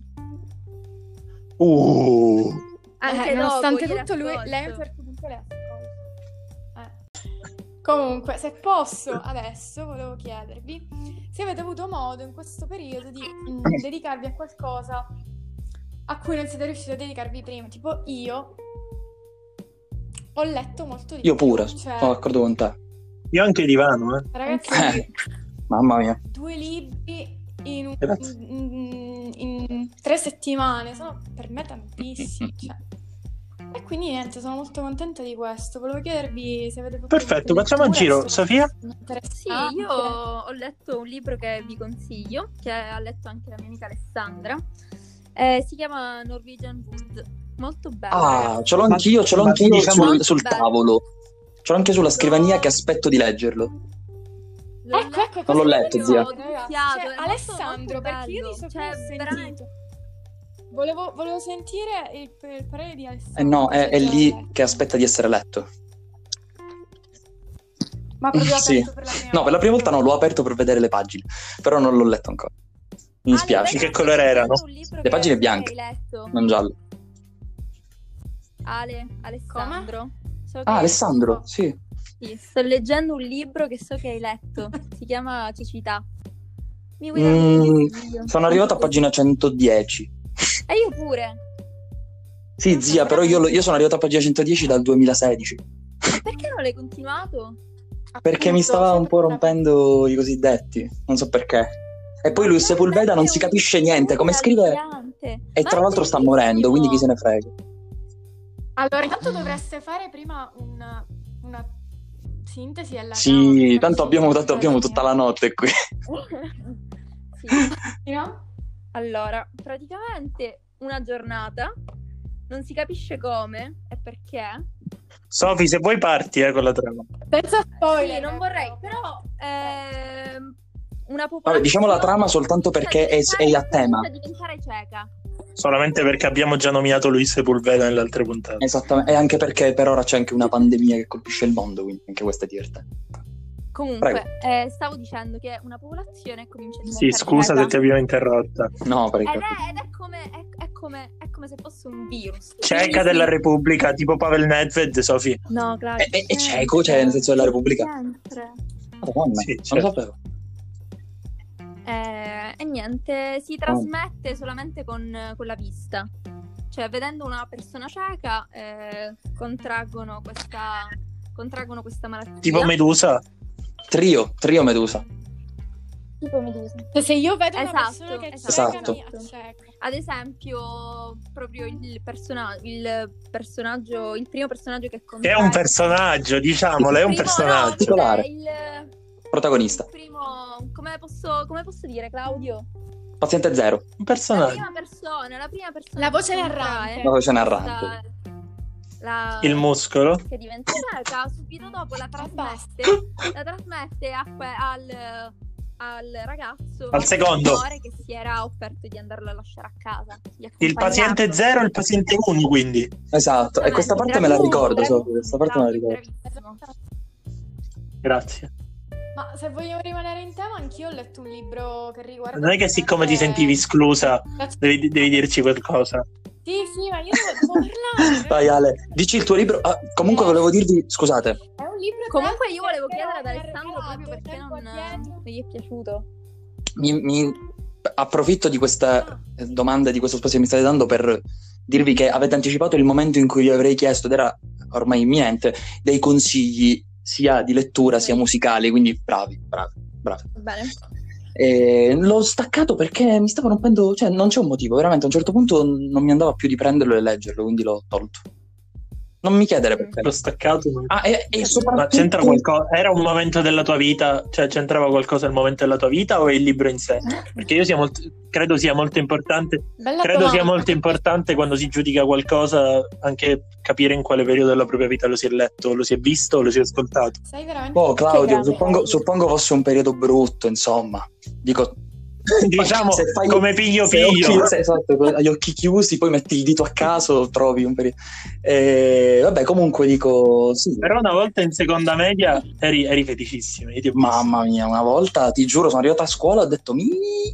Uh, Anche Eh, dopo nonostante io le tutto, lui, ascolto. lei a un certo punto le ascolta. Eh. Comunque, se posso, adesso volevo chiedervi se avete avuto modo in questo periodo di mm, dedicarvi a qualcosa a cui non siete riusciti a dedicarvi prima. Tipo io ho letto molto di Io più. pure, Cioè, sono d'accordo con te. io anche divano, eh. ragazzi, Eh. Mamma mia. due libri in, un- Grazie. in- in tre settimane sono per me tantissimi, cioè. E quindi niente, sono molto contenta di questo. Volevo chiedervi se avete fatto Perfetto, qualche facciamo un lettura, giro. se Sofia? Sì, interessante. io ho letto un libro che vi consiglio, che ha letto anche la mia amica Alessandra. Eh, si chiama Norwegian Wood. Molto bello. Ah, ragazzi. ce l'ho anch'io, ce l'ho Ma anch'io diciamo- sul, sul Bello. tavolo. Ce l'ho anche sulla scrivania No. che aspetto di leggerlo. L'ho Ecco, ecco, Non cosa l'ho mi letto, avete zia. detto, ragazzi? Cioè, Cioè, è molto, Alessandro, molto perché io bello. di Sofia Cioè, ho sentito. veramente- Volevo, volevo sentire il, il parere di Alessandro. Eh no, è, se è già l'ha lì letto. che aspetta di essere letto. Ma proprio Sì. aperto per la prima No, per la prima volta no, l'ho aperto per vedere le pagine, però non l'ho letto ancora. Mi Ale, dispiace. vedi Che colore erano? un libro Le che pagine so che bianche. hai letto. Non giallo. Ale, Alessandro. So che- Ah, Alessandro, sì. Sì, sto leggendo un libro che so che hai letto. Si chiama Cecità. Mi vuoi dare un Mm, consiglio? sono arrivato a pagina centodieci. E io pure. Sì, zia, però io, io sono arrivato a pagina centodieci dal duemilasedici. E perché non l'hai continuato? Perché mi stava un po' rompendo i cosiddetti. Non so perché. E poi lui Sepulveda non si capisce niente. Come scrive? E tra l'altro sta morendo, quindi chi se ne frega. Allora, intanto dovreste fare prima una, una sintesi alla Sì, causa, tanto abbiamo, tanto abbiamo sì. tutta la notte qui. Sì. No? Allora, praticamente una giornata, non si capisce come e perché. Sofi, se vuoi parti eh, con la trama. Senza spoiler. Sì, non vorrei, però ehm, una popolazione... Vabbè, diciamo la trama soltanto perché è, è a tema. Comincia a diventare cieca. Solamente perché abbiamo già nominato Luis Sepulveda nelle altre puntate. Esattamente, e anche perché per ora c'è anche una pandemia che colpisce il mondo, quindi anche questa è divertente. Comunque, eh, stavo dicendo che una popolazione comincia a Sì, diventare scusa cieca. se ti abbiamo interrotta. No, perché... Ed è, ed è come, è, è come, è come se fosse un virus. Ceca Quindi della sì. Repubblica, tipo Pavel Nedved, Sofi. No, Claudio. È- è- è cieco, cioè, nel senso della Repubblica? Sempre. Madonna, Sì, non certo. lo sapevo. Eh, e niente, si trasmette solamente con, con la vista. Cioè, vedendo una persona cieca, eh, contraggono questa, contraggono questa malattia. Tipo Medusa. Trio, trio Medusa. Tipo Medusa. Cioè, se io vedo una Esatto, persona che è esatto. cieca, mi Esatto. acceca. Ad esempio, proprio il, persona- il personaggio, il primo personaggio che Che è contrae... un personaggio, diciamolo, è un Primo- personaggio. no, Titolare. il, Protagonista. il primo... Come posso, come posso dire, Claudio? Paziente zero. Un La personaggio. prima persona, la prima persona... La voce che narrante. contrae La voce questa- narrante. La... Il muscolo. che diventa cieca, subito dopo la trasmette, la trasmette a que- al, al ragazzo, Al secondo. signore che si era offerto di andarlo a lasciare a casa. di Il paziente accompagnarlo. zero e il paziente uno, quindi. Esatto, e questa parte me la Bravissimo, ricordo, so, bravissimo, questa parte me la Claudio, ricordo. bravissimo. Grazie. Ma se vogliamo rimanere in tema, anch'io ho letto un libro che riguarda... Non è che siccome ti sentivi esclusa, devi, devi dirci qualcosa. Sì, sì, ma io devo, devo parlare. Vai Ale, dici il tuo libro. Ah, comunque volevo dirvi, scusate, È un libro Comunque che io volevo però chiedere ad mi ha Alessandro regalato proprio perché tempo non, addietro. non gli è piaciuto. mi, mi approfitto di questa domanda, di questo spazio che mi state dando per dirvi che avete anticipato il momento in cui vi avrei chiesto, ed era ormai imminente, dei consigli sia di lettura sia musicali, quindi bravi, bravi, bravi. Va bene. E l'ho staccato perché mi stava rompendo, cioè non c'è un motivo, veramente a un certo punto non mi andava più di prenderlo e leggerlo, quindi l'ho tolto. Non mi chiedere perché. L'ho staccato. Ah, e, e Ma soprattutto... c'entra qualcosa? Era un momento della tua vita? Cioè c'entrava qualcosa il momento della tua vita o il libro in sé? Perché io sia molto, credo sia molto importante. Bella Credo domanda. sia molto importante quando si giudica qualcosa anche capire in quale periodo della propria vita lo si è letto, lo si è visto o lo si è ascoltato. Sei veramente... Oh Claudio, grande. suppongo, suppongo fosse un periodo brutto, insomma. Dico, Diciamo se fai- come piglio se piglio. occhi- se- esatto, con gli occhi chiusi, poi metti il dito a caso, trovi un periodo. Eh, vabbè, comunque dico sì. Però una volta in seconda media eri, eri feticissimo. io ti ho visto. Mamma mia, una volta, ti giuro, sono arrivato a scuola e ho detto mi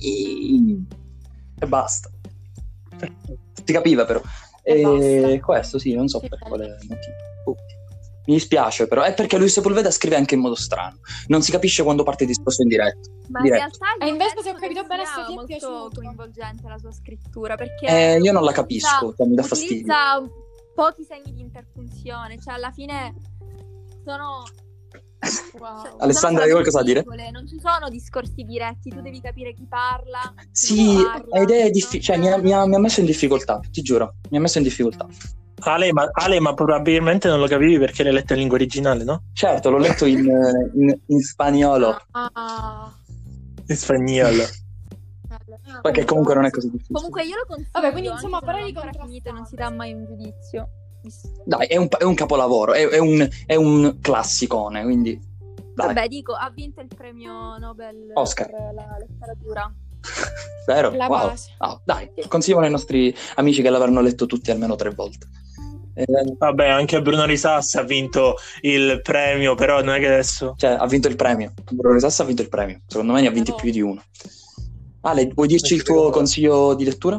e basta. Si capiva però. E E basta. questo sì, non so Sì, per bello. quale motivo. Oh. Mi dispiace però, è perché Luis Sepulveda scrive anche in modo strano. Non si capisce quando parte il discorso in diretto. Ma in Diretto. realtà E io invece, penso se ho capito che bene, sia Sofia è molto piaciuto. coinvolgente la sua scrittura, perché Eh, io non la utilizza- capisco, cioè, mi dà fastidio. utilizza pochi segni di interpunzione, cioè alla fine sono Wow. cioè, Alessandra, sono hai qualcosa da dire? parole, non ci sono discorsi diretti, tu devi capire chi parla. Sì, chi parla, ed è non difficile, cioè mi ha, mi ha- mi ha messo in difficoltà, ti giuro, mi ha messo in difficoltà. Ale ma, Ale, ma probabilmente non lo capivi perché l'hai letto in lingua originale, no? Certo, l'ho letto in, in, in spagnolo, Ah. In spagnolo. Bello. perché comunque non è così difficile. Comunque io lo consiglio. Vabbè, quindi, insomma, anche se non parole ho ancora contrastanti. finito, non si dà mai un giudizio. Dai, è un, è un capolavoro, è, è un, è un classicone, quindi dai, Vabbè, dico, ha vinto il premio Nobel Oscar. per la letteratura. vero? La Wow. pace. Ah, dai, consigliamo ai nostri amici che l'avranno letto tutti almeno tre volte. Eh, Vabbè, anche Bruno Risas ha vinto il premio, però non è che adesso... cioè, ha vinto il premio. Bruno Sassa ha vinto il premio. Secondo me ne ha vinti Bravo. più di uno. Ale, vuoi dirci il tuo consiglio di lettura?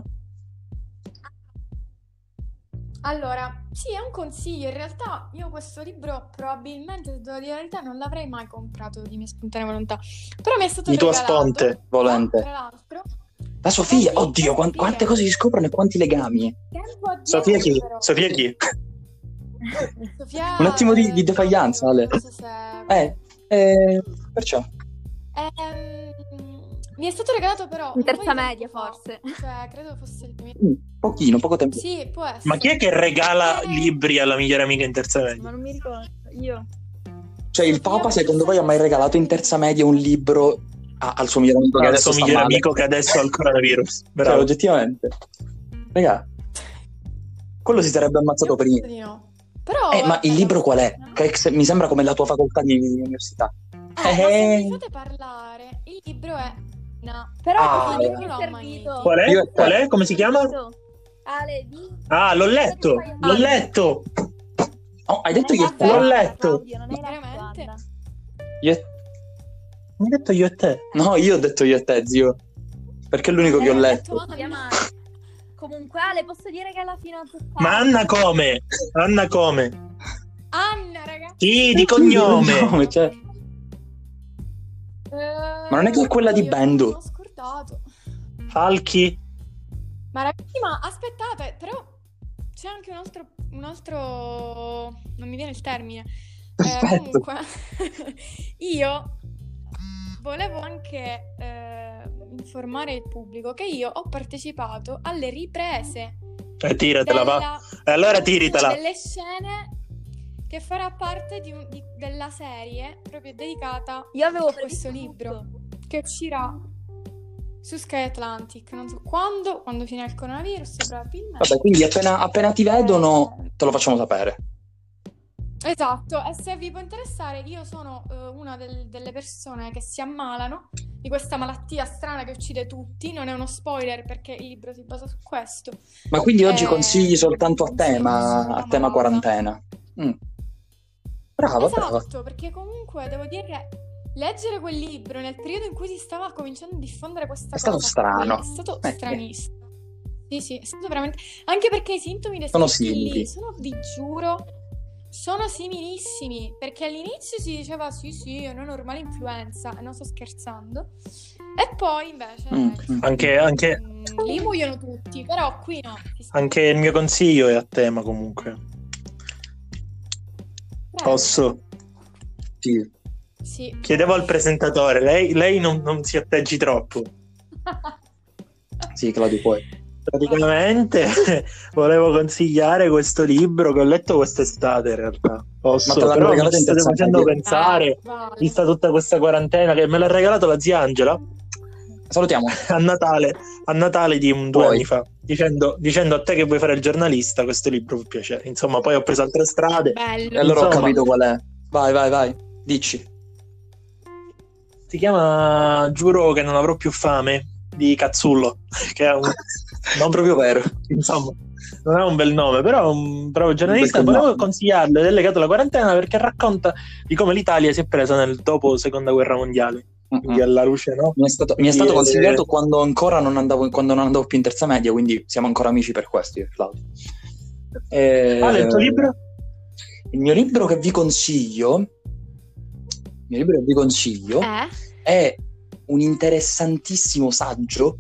Allora, sì, è un consiglio. In realtà io questo libro probabilmente, se devo dire la verità, non l'avrei mai comprato di mia spontanea volontà. Però mi è stato Di tua regalato. sponte. Volente. Tra l'altro. La Sofia, Sì, oddio, quan- sì. quante cose si scoprono e quanti legami. Tempo addietro, Sofia chi? però. Sofia chi? Sofia, Un attimo di- eh, di defiance, Ale. non so se... Eh, eh, perciò. Ehm, mi è stato regalato però In un po' terza di tempo media, fa. forse. Cioè, credo fosse il duemila. Mm, pochino, poco tempo. Sì, può essere. Ma chi è che regala Eh, libri alla migliore amica in terza Ma media? non mi ricordo. Io. Cioè, il Papa, secondo voi, ha mai regalato in terza media un libro a- al suo migliore amico che Al adesso suo sta migliore male? amico che adesso ha il coronavirus. Cioè, Bravo. oggettivamente. Raga, quello si sarebbe ammazzato io prima. penso di no. Però, Eh, ma guarda, il libro qual è? no. Che se- mi sembra come la tua facoltà di, di università. Eh, ma se Eh. mi fate parlare, il libro è... No. Però Ah, il eh. libro mi è servito. Qual è? Io- Qual è? Come si chiama? Ale, di... Ah, l'ho letto. L'ho letto. Oh, hai detto io e L'ho te? letto. Claudio, non hai letto, Veramente? Anna. Io e- Mi hai detto io e te. No, io ho detto io e te, zio. Perché è l'unico che ho Eh, letto. detto Via Anna. male. Comunque, Ale, posso dire che alla fine ho azzeccato. Ma Anna come? Anna come? Anna, ragazzi. Sì, di cognome. Come, cioè, Ma non è che è quella di Bendo? Ho scordato. Falchi. Ma ragazzi, ma aspettate, però c'è anche un altro, un altro, non mi viene il termine. Eh, Perfetto. comunque, io volevo anche eh, informare il pubblico che io ho partecipato alle riprese Eh, tiratela, va. della, E allora tiritela. delle scene che farà parte di un- di- della serie proprio dedicata Io avevo a previsto questo libro tutto. che uscirà su Sky Atlantic, non so quando, quando finirà il coronavirus, probabilmente. Vabbè, quindi appena, appena ti vedono, te lo facciamo sapere. Esatto, e se vi può interessare, io sono eh, una del- delle persone che si ammalano di questa malattia strana che uccide tutti. Non è uno spoiler perché il libro si basa su questo. Ma quindi oggi Eh, consigli soltanto a sì, tema, sono a tema malata. quarantena. Mm. Brava, brava. Esatto, perché comunque devo dire che leggere quel libro nel periodo in cui si stava cominciando a diffondere questa È stato cosa strano. qui, è stato Eh, stranissimo. Sì, sì, è stato veramente... Anche perché i sintomi Sono descritti simili. lì sono, vi giuro, sono similissimi, perché all'inizio si diceva sì sì, è una normale influenza, e non sto scherzando, e poi invece Mm. Anche, anche, mm, lì muoiono tutti, però qui no. si sta- anche il mio consiglio è a tema comunque. Prego. Posso? Sì. Sì. Chiedevo al presentatore, lei, lei non, non si atteggi troppo. Sì, Claudio, puoi. Praticamente volevo consigliare questo libro che ho letto quest'estate in realtà. Posso, Ma te l'hanno però mi regalato in state terza facendo media? pensare, Eh, vale. vista tutta questa quarantena che me l'ha regalato la zia Angela Salutiamo. a Natale, a Natale di un, due Poi. anni fa, dicendo, dicendo a te che vuoi fare il giornalista, questo libro può piacere. Insomma, poi ho preso altre strade. Bello. E allora ho Insomma. capito qual è. Vai, vai, vai. Dici. Si chiama Giuro che non avrò più fame di Cazzullo, che è un Non proprio vero. insomma, non è un bel nome, però è un bravo giornalista. Un bel Volevo nome. consigliarlo ed è legato alla quarantena perché racconta di come l'Italia si è presa nel dopo seconda guerra mondiale. Quindi alla luce, no? Mi è stato, mi è Quindi stato è- consigliato quando ancora non andavo, quando non andavo più in terza media, quindi siamo ancora amici per questo, io e Claudio. Eh, Qual è il tuo libro? Il mio libro che vi consiglio, il mio libro che vi consiglio Eh? è un interessantissimo saggio,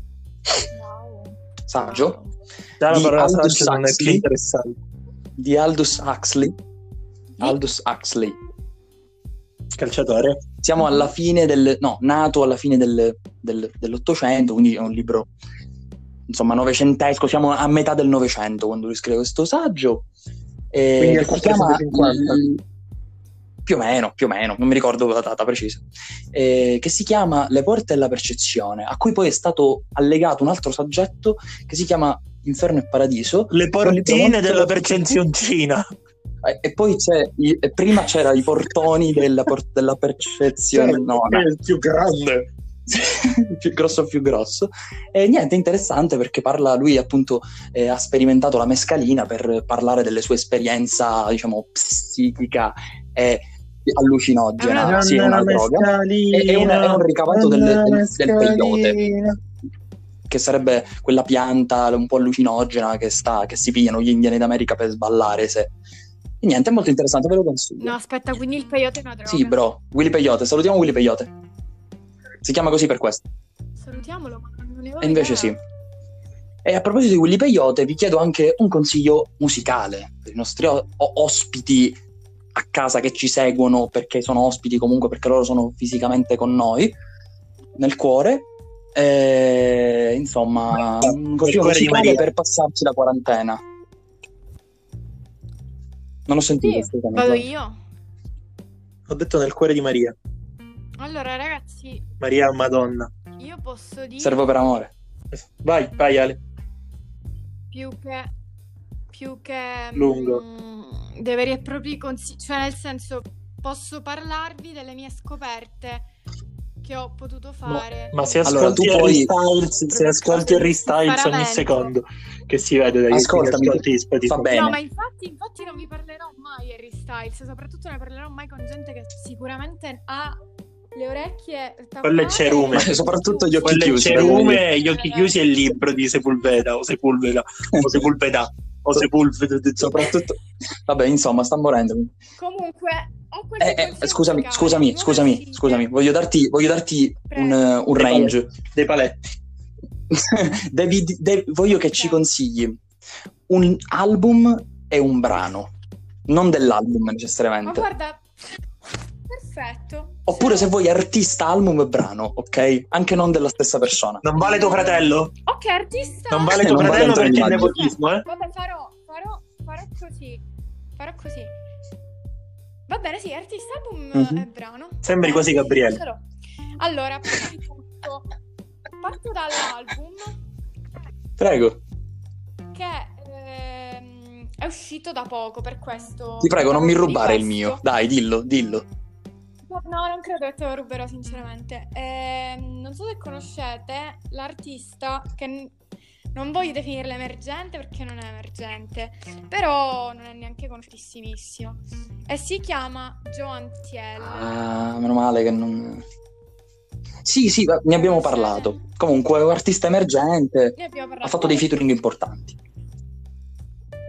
Wow. saggio Già la di parola Aldous saggio non è più Huxley. interessante. di Aldous Huxley. Aldous Huxley. Calciatore. Siamo alla fine del, no, nato alla fine del, del- dell'Ottocento, quindi è un libro, insomma, novecentesco, siamo a metà del Novecento quando lui scrive questo saggio. Eh, Quindi al che si chiama quattrocentocinquanta. il- più o meno, più o meno, non mi ricordo la data precisa, eh, che si chiama Le porte della percezione, a cui poi è stato allegato un altro saggetto che si chiama Inferno e Paradiso. Le È un libro portine molto- della percezioncina. Eh, E poi c'è, i- e prima c'era i portoni della, por- della percezione, no, è no. il più grande. più grosso più grosso, e niente, interessante perché parla, lui appunto eh, ha sperimentato la mescalina per parlare delle sue esperienza, diciamo, psichica e allucinogena. È una- Sì, è una droga. È- è un- è un ricavato del- del- del peyote. Che sarebbe quella pianta un po' allucinogena che, sta, che si pigliano gli indiani d'America per sballare. Se... E niente, è molto interessante, ve lo consiglio. No, aspetta, quindi il peyote è una droga. Sì, bro, Willy Peyote, salutiamo Willy Peyote. Si chiama così per questo. Salutiamolo, ma non ne ho E invece idea. sì. E a proposito di Willy Peyote, vi chiedo anche un consiglio musicale per i nostri o- o- ospiti a casa che ci seguono, perché sono ospiti comunque, perché loro sono fisicamente con noi, nel cuore. E, insomma, un consiglio cuore di musicale Maria. per passarci la quarantena. Non ho sentito. Sì, assolutamente. vado io. Ho detto nel cuore di Maria. Allora, ragazzi, Maria Madonna. io posso dire Servo per amore. Vai, vai Ale. più che più che Lungo. mm, dei veri e propri consigli, cioè nel senso posso parlarvi delle mie scoperte che ho potuto fare. Ma se Allora, ascolti tu Harry puoi- Styles, se ascolti Harry Styles ogni Sparamento. secondo, che si vede dai Ascoltami, ascolti di Spotify. fa bene. No, ma infatti, infatti non vi parlerò mai Harry Styles, soprattutto ne parlerò mai con gente che sicuramente ha le orecchie tappate. Quello è cerume. Ma soprattutto gli occhi Quello è chiusi. cerume e gli occhi chiusi è il libro di Sepulveda o Sepulveda o Sepulveda o Sepulveda. Soprattutto, vabbè, insomma, sta morendo. Comunque, ho qualche Eh, eh, consiglio scusami, musicale. scusami, Dove scusami, uscite? scusami, voglio darti, voglio darti Prego. un, eh, un Dei range. dei paletti. Devi, de- voglio che ci consigli un album e un brano, non dell'album Ma necessariamente. guarda, perfetto. Oppure se vuoi artista, album e brano, ok? Anche non della stessa persona. Non vale tuo fratello? Ok, artista. Non vale tuo Non vale fratello Antonio perché è Maggio. nepotismo, eh? Vabbè, farò, farò, farò così. Farò così. Va bene, sì, artista, album Mhm. e brano. Sembri Eh, quasi sì, Gabriele. ce l'ho. Allora, prima di tutto, parto dall'album Prego, che ehm, è uscito da poco, per questo... ti prego, non mi di rubare il questo. mio. Dai, dillo, dillo. No, no, non credo che te lo ruberò sinceramente. Ehm, non so se conoscete l'artista che n- non voglio definirla emergente perché non è emergente, però non è neanche conosciutissimissimo. E si chiama Joan Thiel. Ah, meno male che non... Sì, sì, ne abbiamo parlato. Comunque, è un artista emergente, Ne abbiamo parlato. ha fatto dei featuring importanti.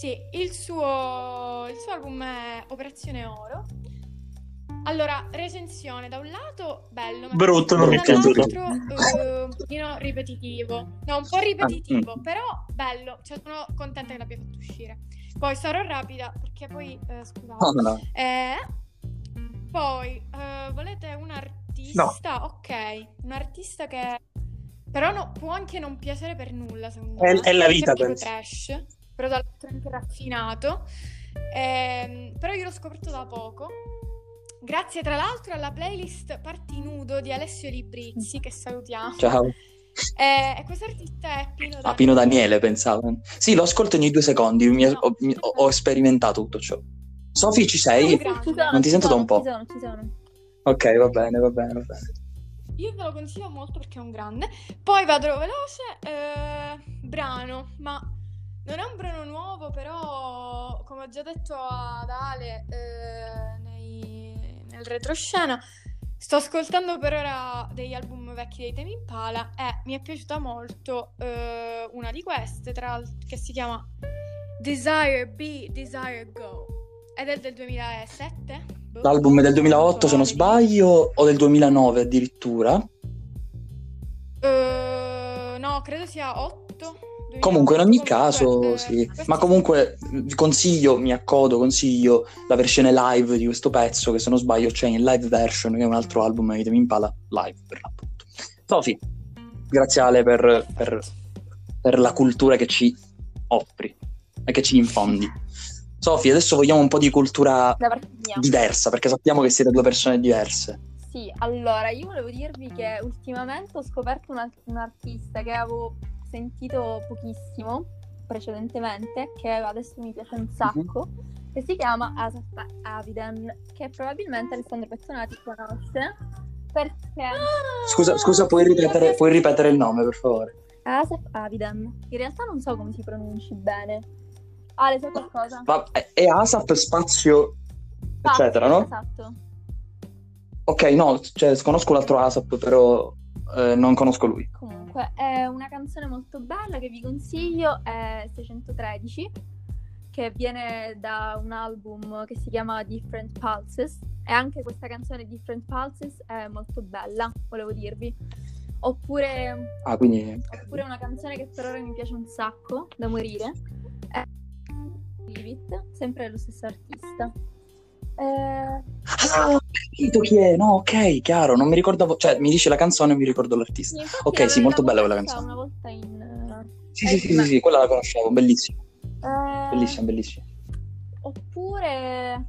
Sì, il suo, il suo album è Operazione Oro. Allora, recensione, da un lato bello, ma Brutto, non mi è dall'altro piaciuto. eh, un pochino ripetitivo. No, un po' ripetitivo, però bello, cioè sono contenta che l'abbia fatto uscire. Poi sarò rapida perché poi eh, scusate. No, no, no. Eh, poi eh, volete un artista? Ok, un artista che però no, può anche non piacere per nulla, secondo È- me. è la perché vita, è proprio penso. trash, però dall'altro anche raffinato. Ehm, però io l'ho scoperto da poco. Grazie tra l'altro alla playlist Parti Nudo di Alessio Librizzi, che salutiamo. Ciao. E, e questo artista è Pino Daniele. Ah, Pino Daniele, pensavo. Sì, lo ascolto ogni due secondi, mi- No. ho, mi- ho sperimentato tutto ciò. Sofì, ci È un sei? grande. Ci sono, Non ti ci sento da sono, un po'. Ci sono, ci sono. Ok, va bene, va bene, va bene. Io ve lo consiglio molto perché è un grande. Poi vado veloce. eh, brano, ma non è un brano nuovo, però come ho già detto ad Ale eh, nei- nel retroscena, sto ascoltando per ora degli album vecchi dei Tame Impala e mi è piaciuta molto eh, una di queste, tra l'altro, che si chiama Desire Be, Desire Go. Ed è del duemilasette? Boh. L'album è del duemilaotto, se non sbaglio, o del duemilanove addirittura. Eh, no, credo sia otto. Comunque, in ogni caso, Comunque, eh, sì. questi Ma sì. comunque, vi consiglio, mi accodo, consiglio la versione live di questo pezzo, che se non sbaglio c'è in live version, che è un altro album di Tame Impala live, per l'appunto. Sofi, grazie Ale per, per, per la cultura che ci offri e che ci infondi. Sofi, adesso vogliamo un po' di cultura Da parte mia. diversa, perché sappiamo che siete due persone diverse. Sì, allora io volevo dirvi che ultimamente ho scoperto un, un artista che avevo sentito pochissimo precedentemente, che adesso mi piace un sacco, che si chiama Asaf Aviden, che probabilmente Alessandro Pezzonati conosce, perché Scusa, scusa, puoi ripetere, puoi ripetere il nome, per favore? Asaf Aviden, in realtà non so come si pronunci bene. Ale, sai qualcosa? Ma è, è ASAP spazio Ah, eccetera, sì, no? Esatto. Ok, no, cioè conosco l'altro ASAP, però eh, non conosco lui. Comunque, è una canzone molto bella che vi consiglio, è seicentotredici, che viene da un album che si chiama Different Pulses, e anche questa canzone Different Pulses è molto bella, volevo dirvi. Oppure, Ah, quindi... oppure una canzone che per ora mi piace un sacco, da morire, è Leave It, sempre dello stesso artista. Eh, Ah, ho capito chi è, no, ok, chiaro, non mi ricordavo, cioè mi dice la canzone e mi ricordo l'artista. sì, infatti Ok, sì, l'avevo molto bella quella messa canzone. una volta in... eh, Sì, sì, sì, sì, sì, quella la conoscevo, bellissima, eh, bellissima, bellissima. Oppure,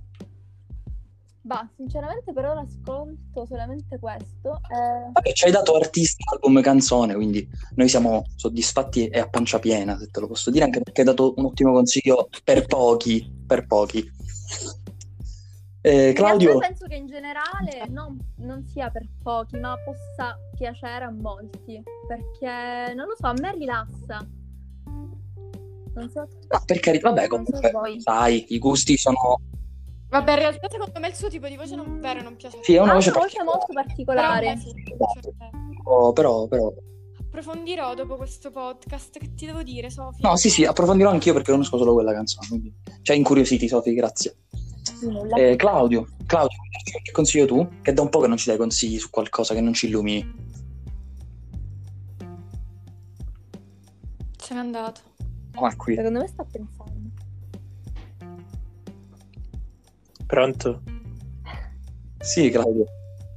bah, sinceramente per ora ascolto solamente questo. eh, Vabbè, ci hai dato artista, album, canzone, quindi noi siamo soddisfatti e a pancia piena, se te lo posso dire, anche perché hai dato un ottimo consiglio per pochi, per pochi. Eh, in Claudio, realtà penso che in generale non, non sia per pochi, ma possa piacere a molti, perché non lo so, a me rilassa. Non so, no, per carità, vabbè, non so comunque, voi. sai, i gusti sono... Vabbè, in realtà secondo me il suo tipo di voce non vero, non piace. Sì, è una Ha voce una voce molto Però, particolare. beh, sì, Esatto. cioè, Oh, però, però... approfondirò dopo questo podcast. Che ti devo dire, Sofia? No, sì, sì, approfondirò anch'io perché conosco solo quella canzone, quindi... Ci hai incuriositi, Sofì, grazie. Di nulla. Eh, Claudio, Claudio, che consiglio tu? Che da un po' che non ci dai consigli su qualcosa che non ci illumini. Se n'è andato. Ah, qui. Secondo me sta pensando. Pronto? Sì, Claudio.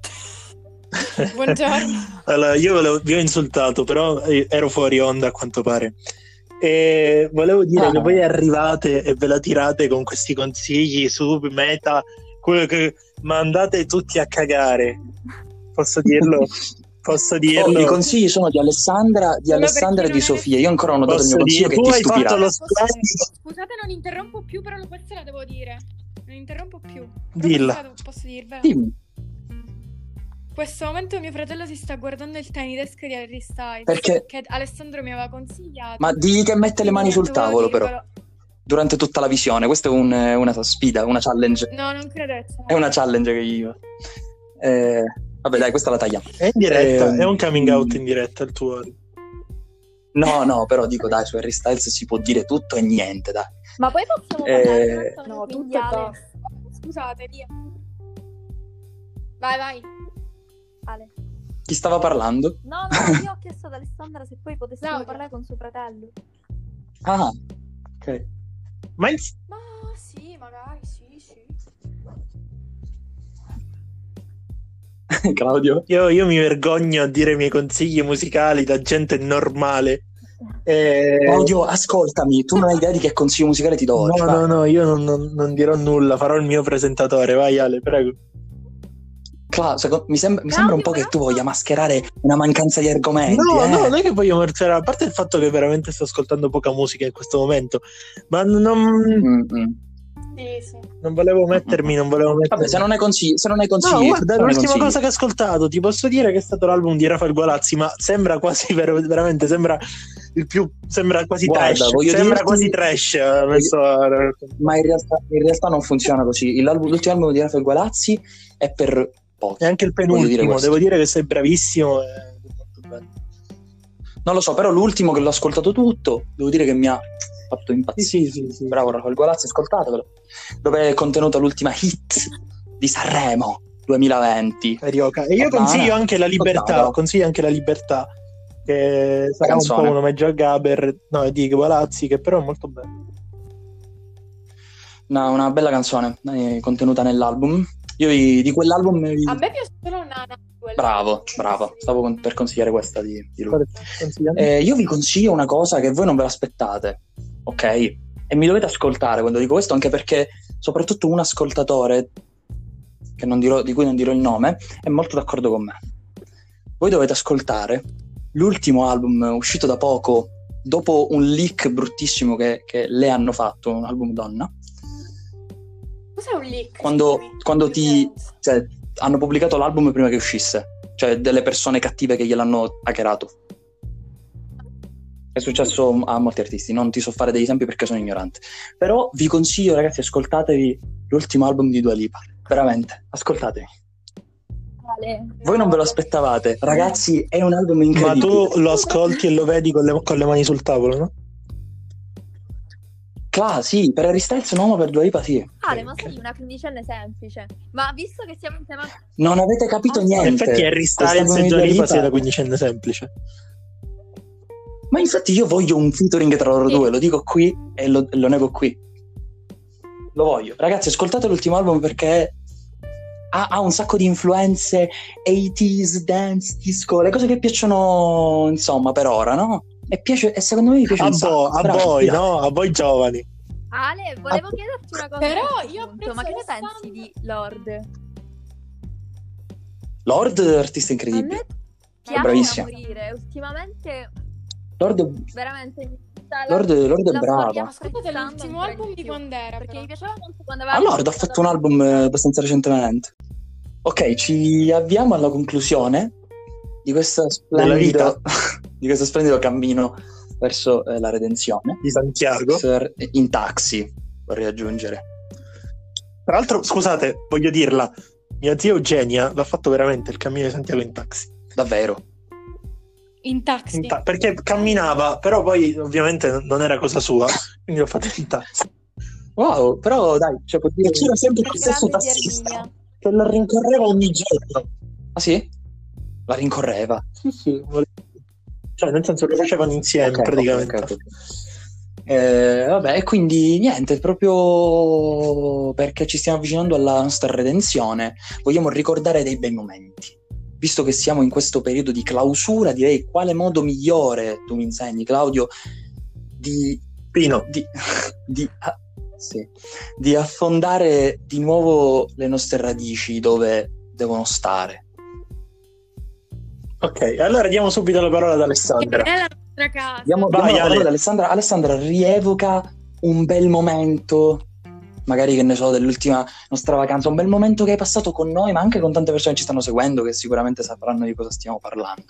Buongiorno. Allora, io volevo- vi ho insultato, però eh, ero fuori onda a quanto pare. E volevo dire Ah. che voi arrivate e ve la tirate con questi consigli su meta, quello che mandate tutti a cagare. Posso dirlo? Posso Oh, dirlo? i consigli sono di Alessandra, di Solo Alessandra per e chi di non è- Sofia. Io ancora non ho dato il mio Posso consiglio dire, che tu ti hai stupirà. fatto lo Posso- splendido. Scusate, non interrompo più, però questa la devo dire. Non interrompo più. Però Dilla. questa la posso dirvela. Dimmi, In questo momento mio fratello si sta guardando il Tiny Desk di Harry Styles Perché- che Alessandro mi aveva consigliato. ma digli che mette le mani sul Niente, volevo tavolo, però, dirvelo. durante tutta la visione. Questa è un- una sfida, una challenge. No, non credete. È una challenge che io... Eh, vabbè, dai, questa la tagliamo. È in diretta, Ehm, è un coming out in diretta il tuo. No, no, però dico, dai, su Harry Styles si può dire tutto e niente, dai. Ma poi possiamo Eh, parlare un attimo, No, quindi, tutto e Ale. basta. Scusate, via. Vai, vai. Ale. Chi stava parlando? No, no, io ho chiesto ad Alessandra se poi potessimo Claudia. parlare con suo fratello. Ah, ok. Ma in- Ma sì, magari, sì, sì. Claudio? io, io mi vergogno a dire i miei consigli musicali da gente normale. Eh, Claudio, ascoltami, tu non hai idea di che consiglio musicale ti do oggi. no, vai. no, no, io non, non- non dirò nulla, farò il mio presentatore. Vai Ale, prego. Cla- secondo- mi, sem- mi sembra un po' Claudio, che tu però- voglia mascherare una mancanza di argomenti. No, eh. no, non è che voglio marzare, a parte il fatto che veramente sto ascoltando poca musica in questo momento, ma non, Mm-mm. Sì, sì. non volevo mettermi, non volevo mettermi. Vabbè, se non hai consigli, se non hai consigli, No, guarda, se non hai l'ultima consigli. cosa che ho ascoltato, ti posso dire che è stato l'album di Rafael Gualazzi, ma sembra quasi ver- veramente, sembra il più, sembra quasi Guarda, trash, voglio sembra dirti- quasi trash. eh, messo a- Ma in realtà, in realtà non funziona così. L'album- l'ultimo album di Rafael Gualazzi è per pochi. E anche il Voglio dire penultimo, questo. devo dire che sei bravissimo. e molto bello. Non lo so, però l'ultimo che l'ho ascoltato tutto, devo dire che mi ha fatto Sì, impazzire. sì, sì, sì. Bravo Rafael Gualazzi, ascoltatelo. Dove è contenuta l'ultima hit di Sanremo duemilaventi. Carioca. E io Vabbè. consiglio anche La Libertà, Ascoltatelo. consiglio anche La Libertà, che sarà un canzone. po' un omaggio a Gaber, no, di Gualazzi, che però è molto bello. Una, una bella canzone eh, contenuta nell'album. Io vi- di quell'album vi- A me piace solo Nana. quella- Bravo, bravo. Stavo con- per consigliare questa di, di lui. Consigliamo. Eh, io vi consiglio una cosa che voi non ve l'aspettate, ok? E mi dovete ascoltare quando dico questo, anche perché soprattutto un ascoltatore, che non dirò, di cui non dirò il nome, è molto d'accordo con me. Voi dovete ascoltare l'ultimo album uscito da poco, dopo un leak bruttissimo che, che le hanno fatto, un album donna. Cos'è un leak? Quando, Scusami. quando ti... cioè, hanno pubblicato l'album prima che uscisse, cioè delle persone cattive che gliel'hanno hackerato. È successo a molti artisti, non ti so fare degli esempi perché sono ignorante. Però vi consiglio, ragazzi, ascoltatevi l'ultimo album di Dua Lipa. Veramente, ascoltatevi. Ale. Voi non ve lo aspettavate, ragazzi, è un album Ma incredibile. tu lo ascolti e lo vedi con le, con le mani sul tavolo, no? Cla, sì, per Harry Styles no, ma per Dua Lipa sì. Ale, ma Ok. sei una quindicenne semplice. Ma visto che siamo in tema... Non avete capito Ah, In niente. effetti Harry Styles Quest'album e di Dua Dua Lipa Lipa- sei la quindicenne semplice. Ma infatti io voglio un featuring tra loro Sì. due, lo dico qui e lo, lo nego qui. Lo voglio. Ragazzi, ascoltate l'ultimo album perché ha, ha un sacco di influenze ottanta, dance, disco, le cose che piacciono, insomma, per ora, no? E, piace, e secondo me mi piace A, un vo- sacco. a Bravi, voi, bravi. no? A voi giovani. Ale, volevo Ah, chiederti una cosa. però a questo io punto. apprezzo Ma che ne Alessandro. pensi di Lord? Lord, artista A incredibile. me piace bravissima. da morire. Ultimamente, Lord, veramente... sta- Lord, Lord è la brava. storia Ma scusate, apprezzando l'ultimo ancora album di di più. quando era? Perché però? mi piaceva molto quando aveva Ah, Lord ha iniziato fatto un a- album eh, abbastanza recentemente. Ok, ci avviamo alla conclusione di questo splendido, di questo splendido cammino verso eh, la redenzione. Di Santiago. Sir- in taxi, vorrei aggiungere. Tra l'altro, scusate, voglio dirla, mia zia Eugenia l'ha fatto veramente il cammino di Santiago in taxi. Davvero. In taxi. In ta- perché camminava, però poi ovviamente non era cosa sua, quindi l'ho fatto in taxi. Wow, però dai, cioè, può dire... E c'era sempre lo stesso Grande tassista Pierminia. che la rincorreva ogni giorno. Ah sì? La rincorreva. Sì, sì. vole- Cioè, nel senso, lo facevano insieme Ok, praticamente. ok, ok, ok. Eh, vabbè, e quindi niente, proprio perché ci stiamo avvicinando alla nostra redenzione, vogliamo ricordare dei bei momenti. Visto che siamo in questo periodo di clausura, direi quale modo migliore, tu mi insegni, Claudio, di, Pino, di, di, ah, sì, di affondare di nuovo le nostre radici dove devono stare. ok, allora diamo subito la parola ad Che Alessandra. è la nostra casa. Diamo, Vai, diamo la parola Ale. ad Alessandra. Alessandra, rievoca un bel momento, magari che ne so, dell'ultima nostra vacanza, un bel momento che hai passato con noi, ma anche con tante persone che ci stanno seguendo, che sicuramente sapranno di cosa stiamo parlando.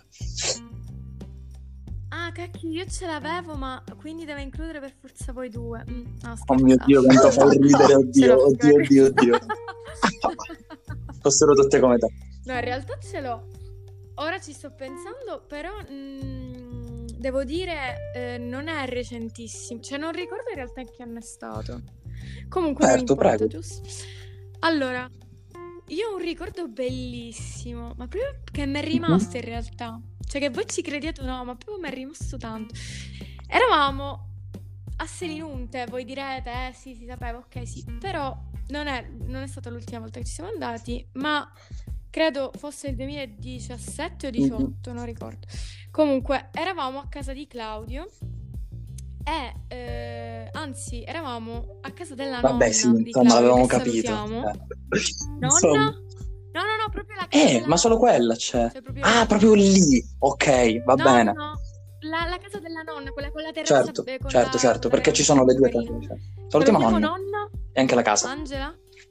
Ah, cacchio, io ce l'avevo, ma quindi deve includere per forza voi due. Mm, no, Oh mio scherzavo. Dio, quanto fai ridere, Ce oddio, l'ho, oddio, oddio, oddio. Fossero tutte come te. No, in realtà ce l'ho. Ora ci sto pensando, però mm, devo dire, eh, non è recentissimo. Cioè, non ricordo in realtà che anno è stato. Comunque, non Certo, importa, prego. giusto? Allora, io ho un ricordo bellissimo, ma proprio che mi è rimasto in realtà. Cioè, che voi ci crediate o no, ma proprio mi è rimasto tanto. Eravamo a Selinunte, voi direte, eh sì, si sapeva, ok, sì. Però non è, non è stata l'ultima volta che ci siamo andati, ma credo fosse il duemiladiciassette o diciotto, non ricordo. Comunque, eravamo a casa di Claudio e, eh, anzi, eravamo a casa della nonna Vabbè, sì, di insomma, Claudio, l'avevamo che capito. salutiamo. Eh. Nonna? Insomma. No, no, no, proprio la casa Eh, della ma solo nonna. quella c'è. Cioè, proprio Ah, lì. proprio lì. Ok, va No, bene. no, la, la casa della nonna, quella con la terrazza, Certo, beh, con certo, la, certo, con la perché ci veranda sono le due carina. case. Cioè. Te lo Salutiamo chiamo nonna. nonna? E anche la casa. Angela?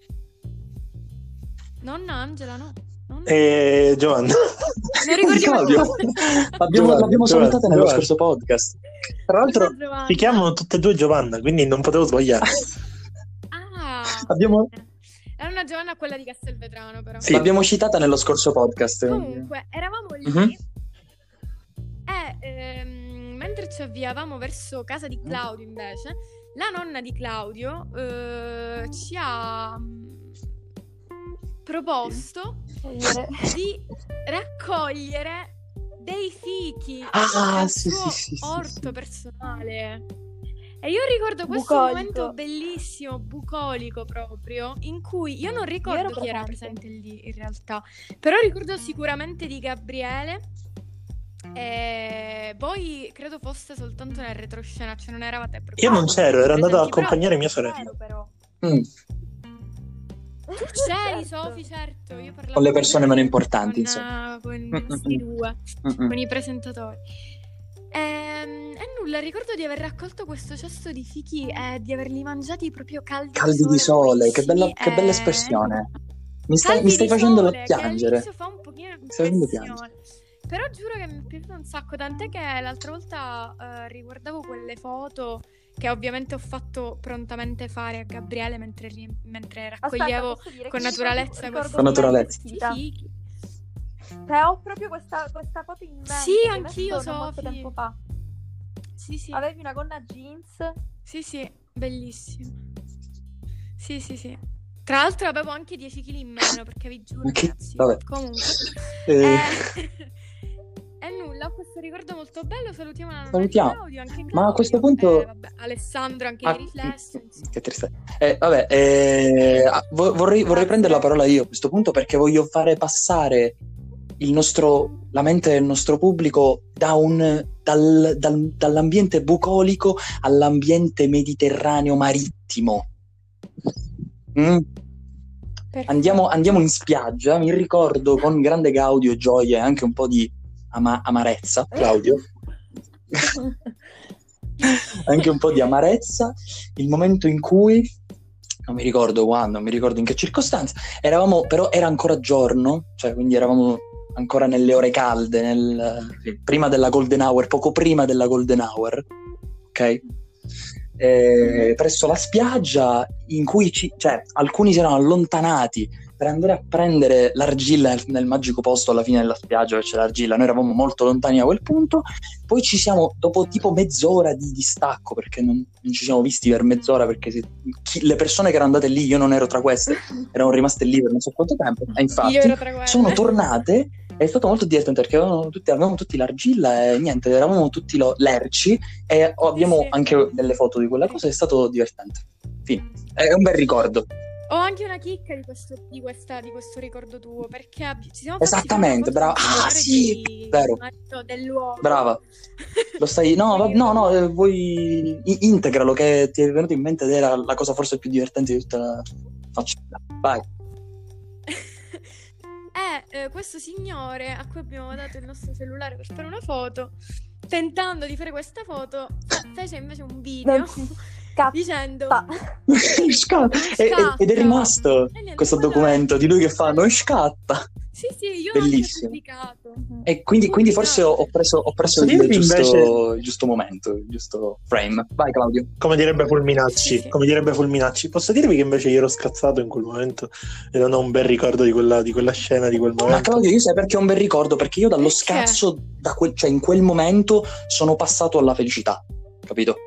Nonna Angela, no? Nonna? E Giovanna. Non ricordi Claudio, mai. l'abbiamo, Giovanni, l'abbiamo Giovanni, salutata nello Giovanni. scorso podcast. Tra l'altro Giovanna. si chiamano tutte e due Giovanna, quindi non potevo sbagliare. Ah, Abbiamo- bene. La nonna Giovanna è quella di Castelvetrano, però. Sì. L'abbiamo citata nello scorso podcast. Comunque, eravamo lì Mhm. e ehm, mentre ci avviavamo verso casa di Claudio, invece, la nonna di Claudio eh, ci ha mm, proposto Dire- di raccogliere dei fichi Ah, nel sì, suo sì, sì, sì, orto sì. personale. E io ricordo questo Bucolico. momento bellissimo, bucolico proprio, in cui io non Io ricordo ero chi era presente. presente lì in realtà, però ricordo sicuramente di Gabriele. E voi credo foste soltanto nel retroscena, cioè non eravate proprio. Io non c'ero, ero andato ad presenti, però- accompagnare mia sorella. Vero, però. Mm. Tu c'eri, Certo. Sofi, certo. Io parlavo Con le persone meno importanti, con, insomma. eh, con i Mm, nostri mm, due, Mm-mm. con i presentatori. Ehm, E, nulla, ricordo di aver raccolto questo cesto di fichi e di averli mangiati proprio caldi, Caldi di sole, che bella, che bella e- espressione. Mi stai, Caldi mi stai di facendo sole, piangere. che all'inizio fa un pochino di Stai facendo impressione. Però giuro che mi è piaciuto un sacco, tant'è che l'altra volta eh, riguardavo quelle foto che ovviamente ho fatto prontamente fare a Gabriele mentre, ri- mentre raccoglievo Aspetta, posso dire con che naturalezza ricordo questi- Con naturalezza. questi questa fichi. Cioè, ho proprio questa, questa foto in mente. Sì, che hai anch'io, messo non molto Sofi. tempo fa. Sì, sì. Avevi una gonna jeans. Sì, sì, bellissimo. Sì, sì, sì. Tra l'altro avevo anche dieci chili in meno, perché vi giuro, Ma che- ragazzi. vabbè. Comunque. Eh, Eh, E nulla, ho questo ricordo molto bello. Salutiamo la nonna Salutiamo. di Claudio, anche Ma a questo Claudio, punto- e vabbè, Alessandro anche Ah, di Riflesso. insomma. che tristezza. Eh, vabbè, eh, ah, vo- vorrei, vorrei Grazie. prendere la parola io a questo punto perché voglio fare passare il nostro, la mente del nostro pubblico da un, dal- dal- dall'ambiente bucolico all'ambiente mediterraneo marittimo. Mm. Perfetto. Andiamo, andiamo in spiaggia, mi ricordo con grande gaudio, gioia e anche un po' di ama- amarezza, Claudio, anche un po' di amarezza, il momento in cui, non mi ricordo quando, non mi ricordo in che circostanze, eravamo, però era ancora giorno, cioè quindi eravamo ancora nelle ore calde, nel, sì, prima della golden hour, poco prima della golden hour, ok? Eh, presso la spiaggia in cui ci, cioè, alcuni si erano allontanati per andare a prendere l'argilla nel, nel magico posto alla fine della spiaggia dove c'è l'argilla. Noi eravamo molto lontani da quel punto, poi ci siamo, dopo tipo mezz'ora di distacco, perché non, non ci siamo visti per mezz'ora, perché se, chi, le persone che erano andate lì, io non ero tra queste, erano rimaste lì per non so quanto tempo, e infatti Io ero tra quelle. sono tornate. È stato molto divertente perché avevamo tutti, avevamo tutti l'argilla e niente, eravamo tutti lo, lerci e abbiamo sì. anche delle foto di quella cosa, è stato divertente. Fine. È un bel ricordo. Ho anche una chicca di questo, di questa, di questo ricordo tuo, perché abbi- ci siamo fatti Esattamente, fare una brava. foto Ah, sul sì, mare di- vero. marito dell'uomo. Brava. Lo stai... No, va- no, no, eh, vuoi... i- integralo che ti è venuto in mente ed era la cosa forse più divertente di tutta la faccenda. Vai. E eh, questo signore a cui abbiamo dato il nostro cellulare per fare una foto, tentando di fare questa foto, fe- fece invece un video Non si Cazzo. dicendo Scatta. E- e- Ed è rimasto E niente, questo quello è- documento di lui che fa non scatta. Sì, sì, io Bellissimo. l'ho anche pubblicato. E quindi, quindi forse ho, ho preso, ho preso Posso il, dirvi giusto, invece- il giusto momento, il giusto frame. Vai Claudio. Come direbbe Fulminacci, Sì, sì. come direbbe Fulminacci, posso dirvi che invece io ero scazzato in quel momento e non ho un bel ricordo di quella, di quella scena, di quel Ma momento. Claudio, io sai perché ho un bel ricordo? Perché io dallo Perché? scazzo, da quel, cioè in quel momento, sono passato alla felicità, capito?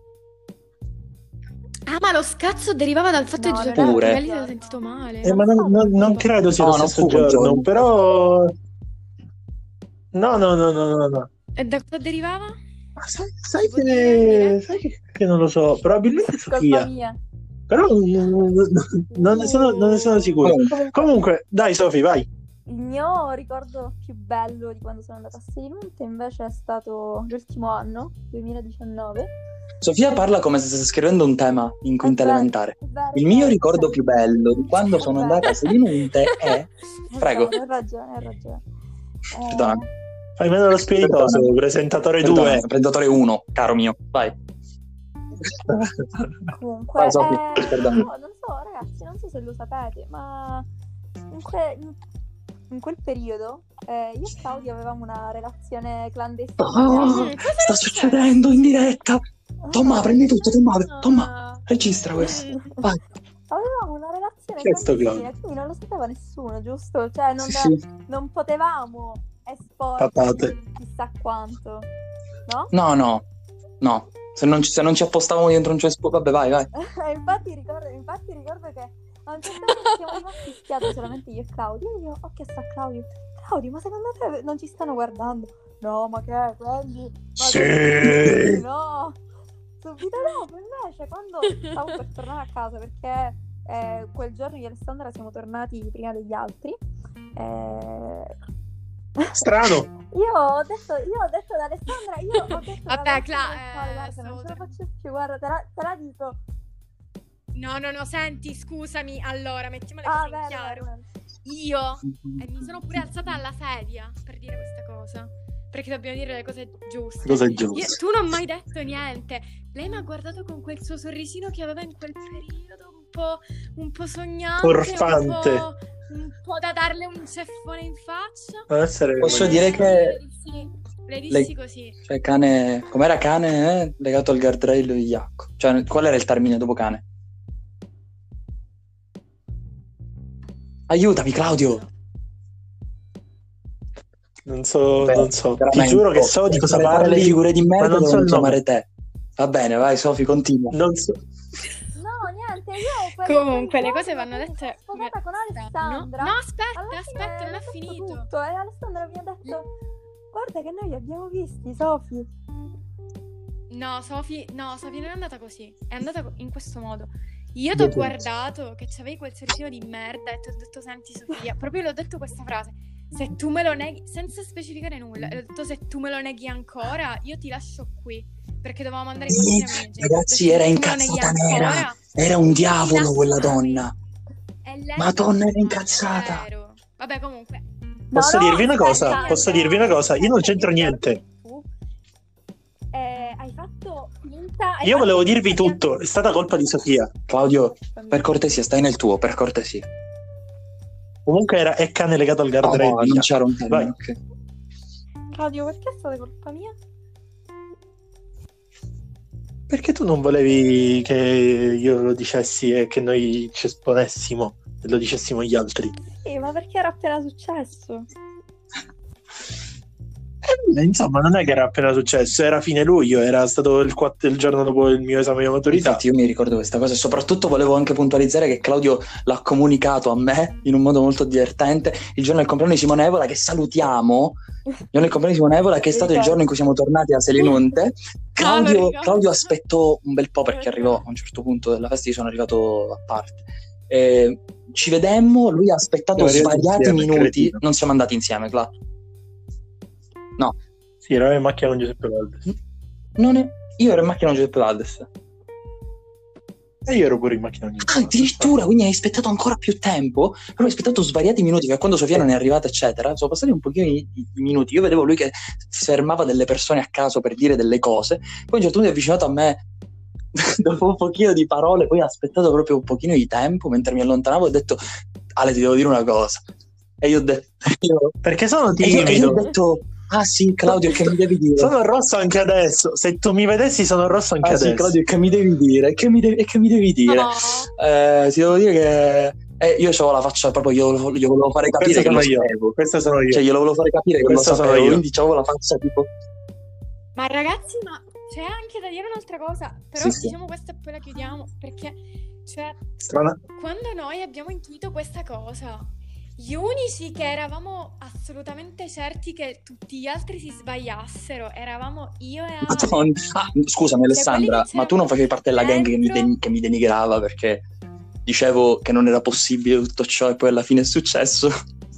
Ah, ma lo scazzo derivava dal fatto No, di non giocare Pure. a Galli, l'ho sentito male. Eh, ma non, non- non credo sia No, lo non stesso fu quel giorno, giorno. però... No, no, no, no, no, no. E da cosa derivava? Ma sai, sai Tipo dire in che... diretta? Sai che, che non lo so, probabilmente Colpa Sofia, mia. però non, non ne sono, non ne sono sicuro. Comunque, Comunque, dai Sofi, vai. Il mio ricordo più bello di quando sono andata a Selinunte invece è stato l'ultimo anno, duemiladiciannove. Sofia parla come se stesse scrivendo un tema in quinta È vero, elementare. è vero, Il è mio vero, ricordo è più vero. bello di quando È sono vero. andata a Selinunte è... È Prego. vero, Hai ragione, hai ragione. Eh, Perdona. Fai meno lo spiritoso, Perdona. presentatore Perdona, due. Presentatore uno, caro mio. Vai. Comunque, Vai, Sofi, eh, perdona. no, non so, ragazzi, non so se lo sapete, ma in, que- in- in quel periodo eh, io e Claudio avevamo una relazione clandestina. Oh, Mm, cosa sta era succedendo in diretta. Tomma, Ah, prendi tutto, Tomma, Tomma, Ah. registra questo. Mm. Vai. avevamo una relazione Che è sto clandestina, quindi non lo sapeva nessuno, giusto? Cioè, non, Sì, sì. non potevamo esporci Patate. chissà quanto, no? No, no, no. Se non, ci- se non ci appostavamo dentro un cespuglio, vabbè, vai, vai. infatti, ricordo, infatti ricordo che a un certo punto siamo rimasti spiati solamente io e Claudio. E io ho chiesto a Claudio, Claudio, ma secondo te non ci stanno guardando? No, ma che è? Quelli? Ma Sì. che- No! Subito dopo, invece, quando stavo per tornare a casa, perché eh, quel giorno io e Alessandra siamo tornati prima degli altri, eh, Strano. io ho detto, io ho detto ad Alessandra, io ho detto ad Vabbè, Alessandra, Cla- guarda, eh, guarda, non stavo ce la tra- faccio più, guarda, te la, te la dico. No, no, no, senti, scusami. Allora, mettiamo le Ah, cose in bene, chiaro. bene, Io eh, mi sono pure alzata alla sedia per dire questa cosa. Perché dobbiamo dire le cose giuste. Cosa è Io- giusto? tu non mi hai detto niente. Lei mi ha guardato con quel suo sorrisino che aveva in quel periodo, un po', un po' sognante, Orfante. Un po', un po' da darle un ceffone in faccia. Non essere... Posso Eh, dire che- Le dissi, le dissi Lei- così. Cioè, cane... Com'era cane, eh? Legato al guardrail di Iacco. Cioè, qual era il termine dopo cane? Aiutami, Claudio. Non so, Beh, non so. Ti veramente, giuro che so di cosa per fare le parli, figure di ma merda non so devono il nome. chiamare te. Va bene, vai, Sofi, continua. Non so. No, niente, io quel- Comunque, quel le cose giorno vanno quando dette sono sposata con come Alessandra. stanno. No, aspetta, alla fine aspetta, non mi è ha detto finito. tutto, e Alessandra mi ha detto, guarda che noi li abbiamo visti, Sofi. No, Sofi, no, Sofi non è andata così. È andata co- in questo modo. Io ti ho Io penso. guardato che c'avevi quel sorrisino di merda e ti ho detto, senti Sofia, proprio l'ho detto questa frase. Se tu me lo neghi, senza specificare nulla, e ho detto se tu me lo neghi ancora, io ti lascio qui. Perché dovevamo andare in Sì, macchina con i miei genitori. ragazzi, Ho detto, era se tu me lo neghi incazzata nera. ancora, Era un io ti diavolo lascio quella qui. donna. E lei Madonna, era non è incazzata. vero. Vabbè, comunque. Posso No, no, dirvi una cosa? aspetta, Posso dirvi una cosa? Io non aspetta, c'entro io niente. ricordo che tu, eh, hai fatto finta... hai Io fatto volevo finta dirvi di tutto, è stata colpa di Sofia. Claudio, aver- per cortesia, stai nel tuo, per cortesia. Comunque era è cane legato al No, guardrail. no, via. non c'era un termine, Vai. ok. Claudio, perché è stata colpa mia? Perché tu non volevi che io lo dicessi e che noi ci esponessimo e lo dicessimo agli altri? Sì, ma perché era appena successo? Eh, insomma, non è che era appena successo, era fine luglio, era stato il, quattro, il giorno dopo il mio esame di maturità. Infatti io mi ricordo questa cosa e soprattutto volevo anche puntualizzare che Claudio l'ha comunicato a me in un modo molto divertente il giorno del compleanno di Simone Evola, che salutiamo, il giorno del compleanno di Simone Evola, che è stato il giorno in cui siamo tornati a Selinunte. Claudio, ricordo. Claudio aspettò un bel po' perché arrivò a un certo punto della festa, io sono arrivato a parte. Eh, ci vedemmo, lui ha aspettato Siamo arrivati svariati insieme, minuti, cretino. non siamo andati insieme, Cla. No, Sì, eravamo in macchina con Giuseppe Valdes. non è... io ero in macchina con Giuseppe Valdes. E io ero pure in macchina con Ah, Giuseppe Valdes. addirittura, quindi hai aspettato ancora più tempo, però hai aspettato svariati minuti, che quando Sofia non è arrivata, eccetera, sono passati un pochino di, di minuti. Io vedevo lui che si fermava delle persone a caso per dire delle cose, poi a un certo punto è avvicinato a me dopo un pochino di parole, poi ha aspettato proprio un pochino di tempo, mentre mi allontanavo e ho detto, Ale, ti devo dire una cosa. E io ho detto... Io, Perché sono e io, e io ho timido. detto... Ah sì, Claudio, che mi devi dire? Sono rosso anche adesso. Se tu mi vedessi, sono rosso anche Ah adesso. sì, Claudio, che mi devi dire? Che mi devi, che mi devi dire? No. Eh, ti devo dire che eh, io avevo la faccia proprio, io, io volevo fare capire Questo che lo sono io. sapevo. Questo sono io. Cioè, io lo volevo fare capire che Questo lo sono sapevo, io. quindi avevo la faccia tipo... Ma ragazzi, ma c'è anche da dire un'altra cosa. Però Sì, sì. diciamo questa e poi la chiudiamo. Perché, cioè, Strana. quando noi abbiamo intuito questa cosa, gli unici che eravamo assolutamente certi che tutti gli altri si sbagliassero eravamo io e Ale. Madonna. Ah, scusami Alessandra, quelli che ma tu non facevi parte della gang che mi, dentro- de- che mi denigrava perché dicevo che non era possibile tutto ciò e poi alla fine è successo?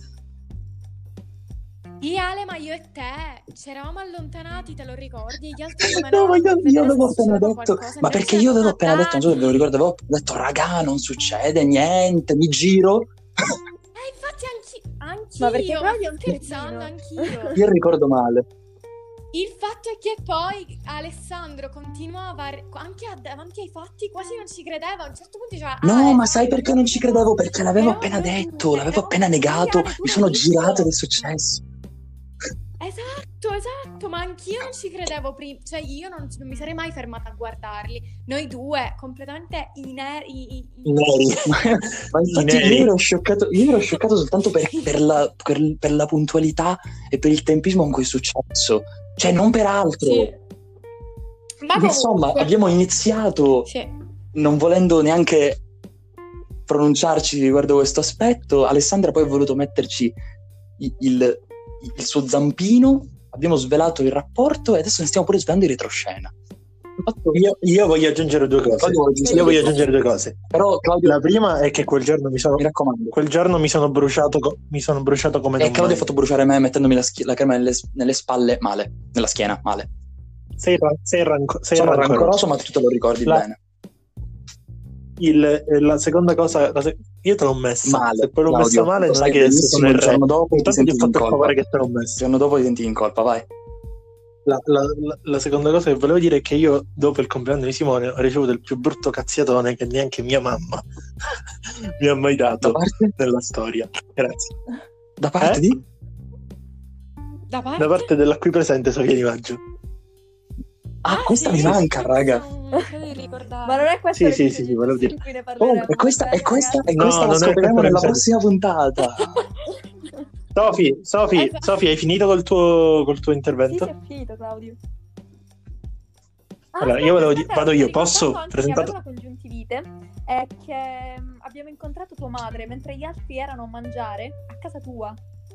Sì, Ale, ma io e te ci eravamo allontanati, te lo ricordi? Gli altri come No, no, ma io, per io vedere avevo se appena succedeva detto, qualcosa, ma invece perché io avevo appena detto, non so se ve lo andati. ricordo, avevo detto, raga, non succede niente, mi giro. Eh, infatti anchi- anch'io, Ma perché ma Claudio è sto un scherzando, cretino. anch'io. Io ricordo male. Il fatto è che poi Alessandro continuava, a- anche a- davanti ai fatti, quasi non ci credeva. A un certo punto diceva, No, "Ale, ma sai, sai perché non ci credevo? Perché l'avevo però appena noi detto, due l'avevo eravamo appena negato, convinti, Ale, tu mi l'hai sono visto?" girato ed è successo. Esatto, esatto, ma anch'io non ci credevo prima, cioè io non, non mi sarei mai fermata a guardarli. Noi due, completamente ineri. i- i- I neri. Ma I infatti io neri. ero scioccato, io ero scioccato soltanto per, per la, per, per la puntualità e per il tempismo con cui è successo. Cioè, non per altro. Sì. Ma Insomma, comunque, abbiamo iniziato sì. non volendo neanche pronunciarci riguardo questo aspetto. Alessandra poi ha voluto metterci il, il, il suo zampino, abbiamo svelato il rapporto e adesso ne stiamo pure svelando in retroscena. Io, io voglio aggiungere due cose. Claudio vuole aggiungere Io voglio due cose. aggiungere due cose. Però Claudio, La prima è che quel giorno mi sono, mi raccomando, quel giorno mi sono bruciato, co- mi sono bruciato come e non Claudio mai. ha fatto bruciare me mettendomi la, schi- la crema nelle, nelle spalle male, nella schiena male. Sei, ra- sei, ranco- sei Sono rancoroso. rancoroso, ma tu te lo ricordi La- bene. Il, eh, la seconda cosa, la se- io te l'ho messa. Male, Se poi l'ho Claudio, messa male, lo non sai è che benissimo, sono il il re. giorno dopo ti Intanto ti ho sentivi in fatto il colpa. favore che te l'ho Il messa. giorno dopo ti senti in colpa, vai. La, la- la- la seconda cosa che volevo dire è che io, dopo il compleanno di Simone, ho ricevuto il più brutto cazziatone che neanche mia mamma mi ha mai Da dato parte, nella storia. Grazie. da parte Eh? di? Da parte? Da parte della qui presente Sofia Di Maggio. Ah, Ah, questa sì? mi manca, raga. Non credo di ricordare. Ma non è questo Sì, sì, sì, sì, volevo dire. in cui ne Oh, parleremo. e questa, e Bene, questa, e ragazzi. No, questa la non è scopriremo questa nella l'episodio. prossima puntata. Sofi, Sofi, Esatto. Sofi, hai finito col tuo, col tuo Sì, intervento? sì, è finito, Claudio. Ah, Allora, aspetta, io volevo aspetta, di- vado sto io, ricordando posso? anche Presentato- che avevo una congiuntivite è che mh, abbiamo incontrato tua madre mentre gli altri erano a mangiare a casa tua.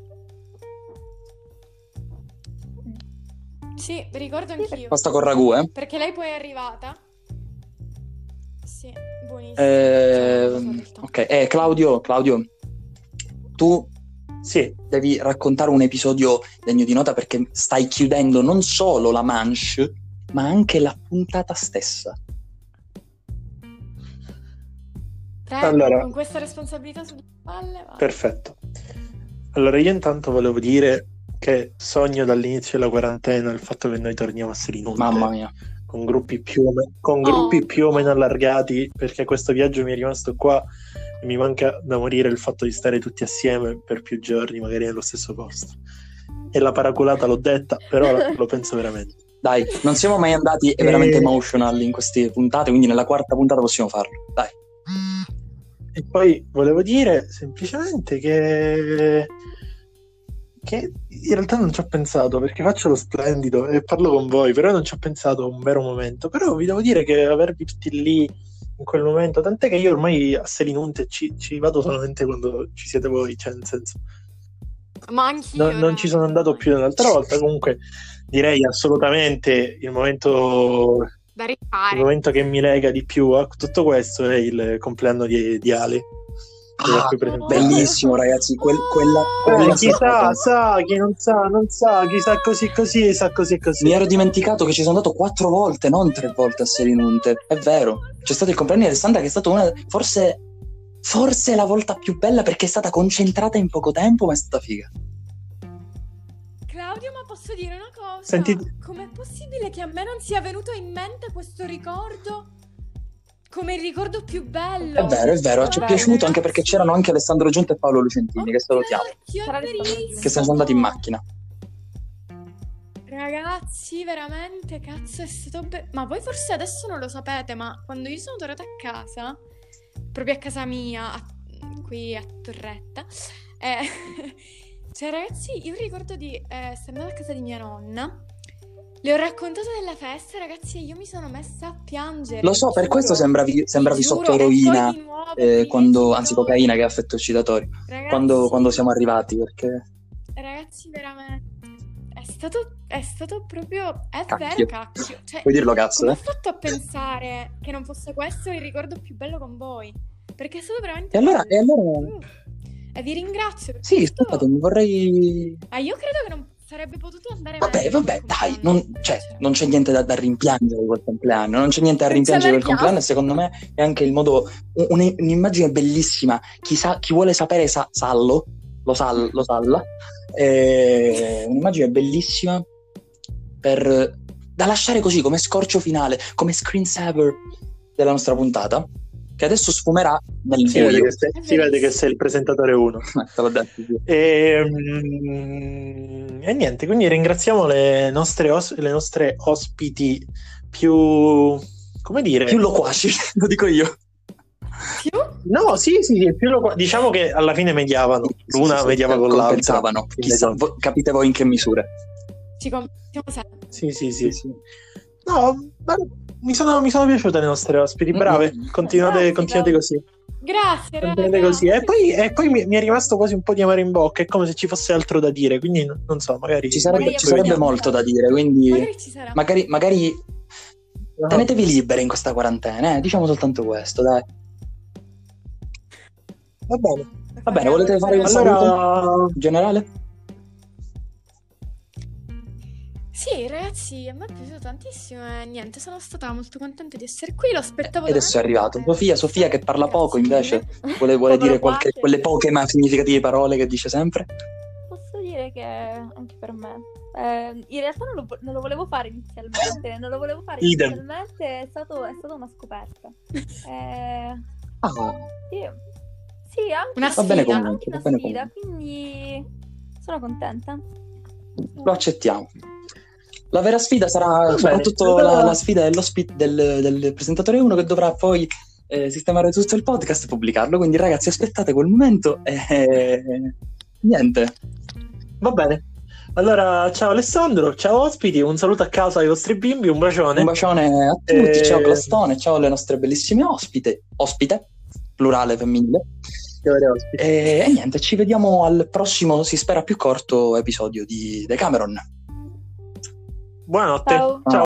Sì, ricordo anch'io. Pasta con ragù, eh? Perché lei poi è arrivata. Sì, buonissimo. Eh, Sono in realtà. ok, eh, Claudio, Claudio, tu Sì, devi raccontare un episodio degno di nota perché stai chiudendo non solo la manche, ma anche la puntata stessa. Prego, Allora- con questa responsabilità sulle spalle. va. perfetto. Allora, io intanto volevo dire che sogno dall'inizio della quarantena il fatto che noi torniamo a Selinunte. Mamma mia. Con gruppi più o, me- con Oh. gruppi più o meno allargati, perché questo viaggio mi è rimasto qua e mi manca da morire il fatto di stare tutti assieme per più giorni, magari nello stesso posto. E la paraculata l'ho detta, però la- lo penso veramente. Dai, non siamo mai andati Eh. veramente emotional in queste puntate, quindi nella quarta puntata possiamo farlo. Dai. E poi volevo dire semplicemente che che in realtà non ci ho pensato, perché faccio lo splendido e parlo con voi, però non ci ho pensato a un vero momento. Però vi devo dire che avervi tutti lì in quel momento, tant'è che io ormai a Selinunte ci, ci vado solamente quando ci siete voi, cioè nel senso Ma anch'io. no- non ci sono andato più dell'altra volta. Comunque direi assolutamente il momento, Da il rifare. momento che mi lega di più a tutto questo è il compleanno di, di Ale. Ah, qui presente. bellissimo, ragazzi. Quel- quella, Eh, quella chi sa, serata. sa, chi non sa, non sa, chi sa così così, sa così così. Mi ero dimenticato che ci sono andato quattro volte, non tre volte a Selinunte. È vero. C'è stato il compleanno di Alessandra che è stato una, forse, forse la volta più bella perché è stata concentrata in poco tempo, ma è stata figa. Claudio, ma posso dire una cosa? Senti- Com'è possibile che a me non sia venuto in mente questo ricordo come il ricordo più bello. È vero, è vero, ci è Bello, piaciuto anche ragazzi. perché c'erano anche Alessandro Giunta e Paolo Lucentini, che salutiamo, Oddio, è Sarà verissimo. che se ne sono andati in macchina. Ragazzi, veramente, cazzo, è stato be- Ma voi forse adesso non lo sapete, ma quando io sono tornata a casa, proprio a casa mia, a- qui a Torretta, eh, cioè ragazzi, io ricordo di eh, stare andata a casa di mia nonna, le ho raccontato della festa, ragazzi, e io mi sono messa a piangere. Lo so, per giuro, questo sembravi, sembravi vi giuro, sotto e poi eroina, di nuovo eh, quando, anzi privilegiatori. cocaina, che è effetto occitatorio, Ragazzi, quando, quando siamo arrivati, perché ragazzi, veramente è stato, è stato proprio, è Cacchio. vero, cacchio. Cioè, puoi dirlo cazzo, come ho eh? fatto a pensare che non fosse questo il ricordo più bello con voi? Perché è stato veramente E allora, e bello. allora, Uh, e vi ringrazio per sì, questo. scusate, mi vorrei... Ah, io credo che non sarebbe potuto andare Vabbè, meglio vabbè, quel dai, compleanno. non, cioè, non c'è niente da, da rimpiangere di quel compleanno, non c'è niente da Non ce rimpiangere del l'abbiamo. compleanno, e secondo me è anche il modo, un- un- un'immagine bellissima, chi, sa, chi vuole sapere sa, sallo, lo, sal, lo salla, è un'immagine bellissima per, da lasciare così come scorcio finale, come screensaver della nostra puntata, che adesso sfumerà nel Si vede buio. che sei, È si vede che verissimo. sei il presentatore uno. Te l'ho detto, sì. E, mm, e niente, quindi ringraziamo le nostre, os- le nostre ospiti più, come dire, Più loquaci, lo dico io. Più? no, sì, sì, sì, più lo- diciamo che alla fine mediavano, Sì, l'una sì, sì, mediava con l'altra. compensavano. Chissà, vo- capite voi in che misure. Ci compiamo sempre. Sì, sì, sì. No, ma mi sono, mi sono piaciute le nostre ospiti, brave, Mm-mm. continuate, Grazie, continuate Paolo. così. Grazie, Continuate raga. così. E poi, e poi mi, mi è rimasto quasi un po' di amaro in bocca, è come se ci fosse altro da dire, quindi non, non so, magari... Ci sarebbe, Magari ci sarebbe vediamo. molto da dire, quindi Magari ci sarà. magari, magari No. tenetevi liberi in questa quarantena, eh? Diciamo soltanto questo, dai. Va bene. Va bene, volete fare un Allora- saluto Allora, generale? Sì, ragazzi, a me è piaciuto tantissimo e niente, sono stata molto contenta di essere qui, lo aspettavo E adesso è veramente arrivato. tanto. Sofia, Sofia che parla Grazie poco mille. invece, vuole, vuole Povero dire qualche, pace. quelle poche ma significative parole che dice sempre. Posso dire che anche per me, eh, in realtà non lo, non lo volevo fare inizialmente, non lo volevo fare Idem. inizialmente, è, stato, è stata una scoperta. Eh, Ah, sì, sì, anche Una Va bene sfida. comunque, anche va una bene sfida, comunque. quindi sono contenta. Lo accettiamo. La vera sfida sarà bene, soprattutto allora- la, la sfida dell'ospite del, del presentatore uno, che dovrà poi eh, sistemare tutto il podcast e pubblicarlo. Quindi, ragazzi, aspettate quel momento e niente. va bene. Allora, ciao Alessandro, ciao ospiti, un saluto a casa ai vostri bimbi, un bacione. Un bacione a tutti. Eh, Ciao Clastone, ciao alle nostre bellissime ospite, ospite, plurale femminile. Ciao agli ospiti. E, e niente, ci vediamo al prossimo, si spera più corto, episodio di Decameron. Buonanotte. Ciao. Ciao.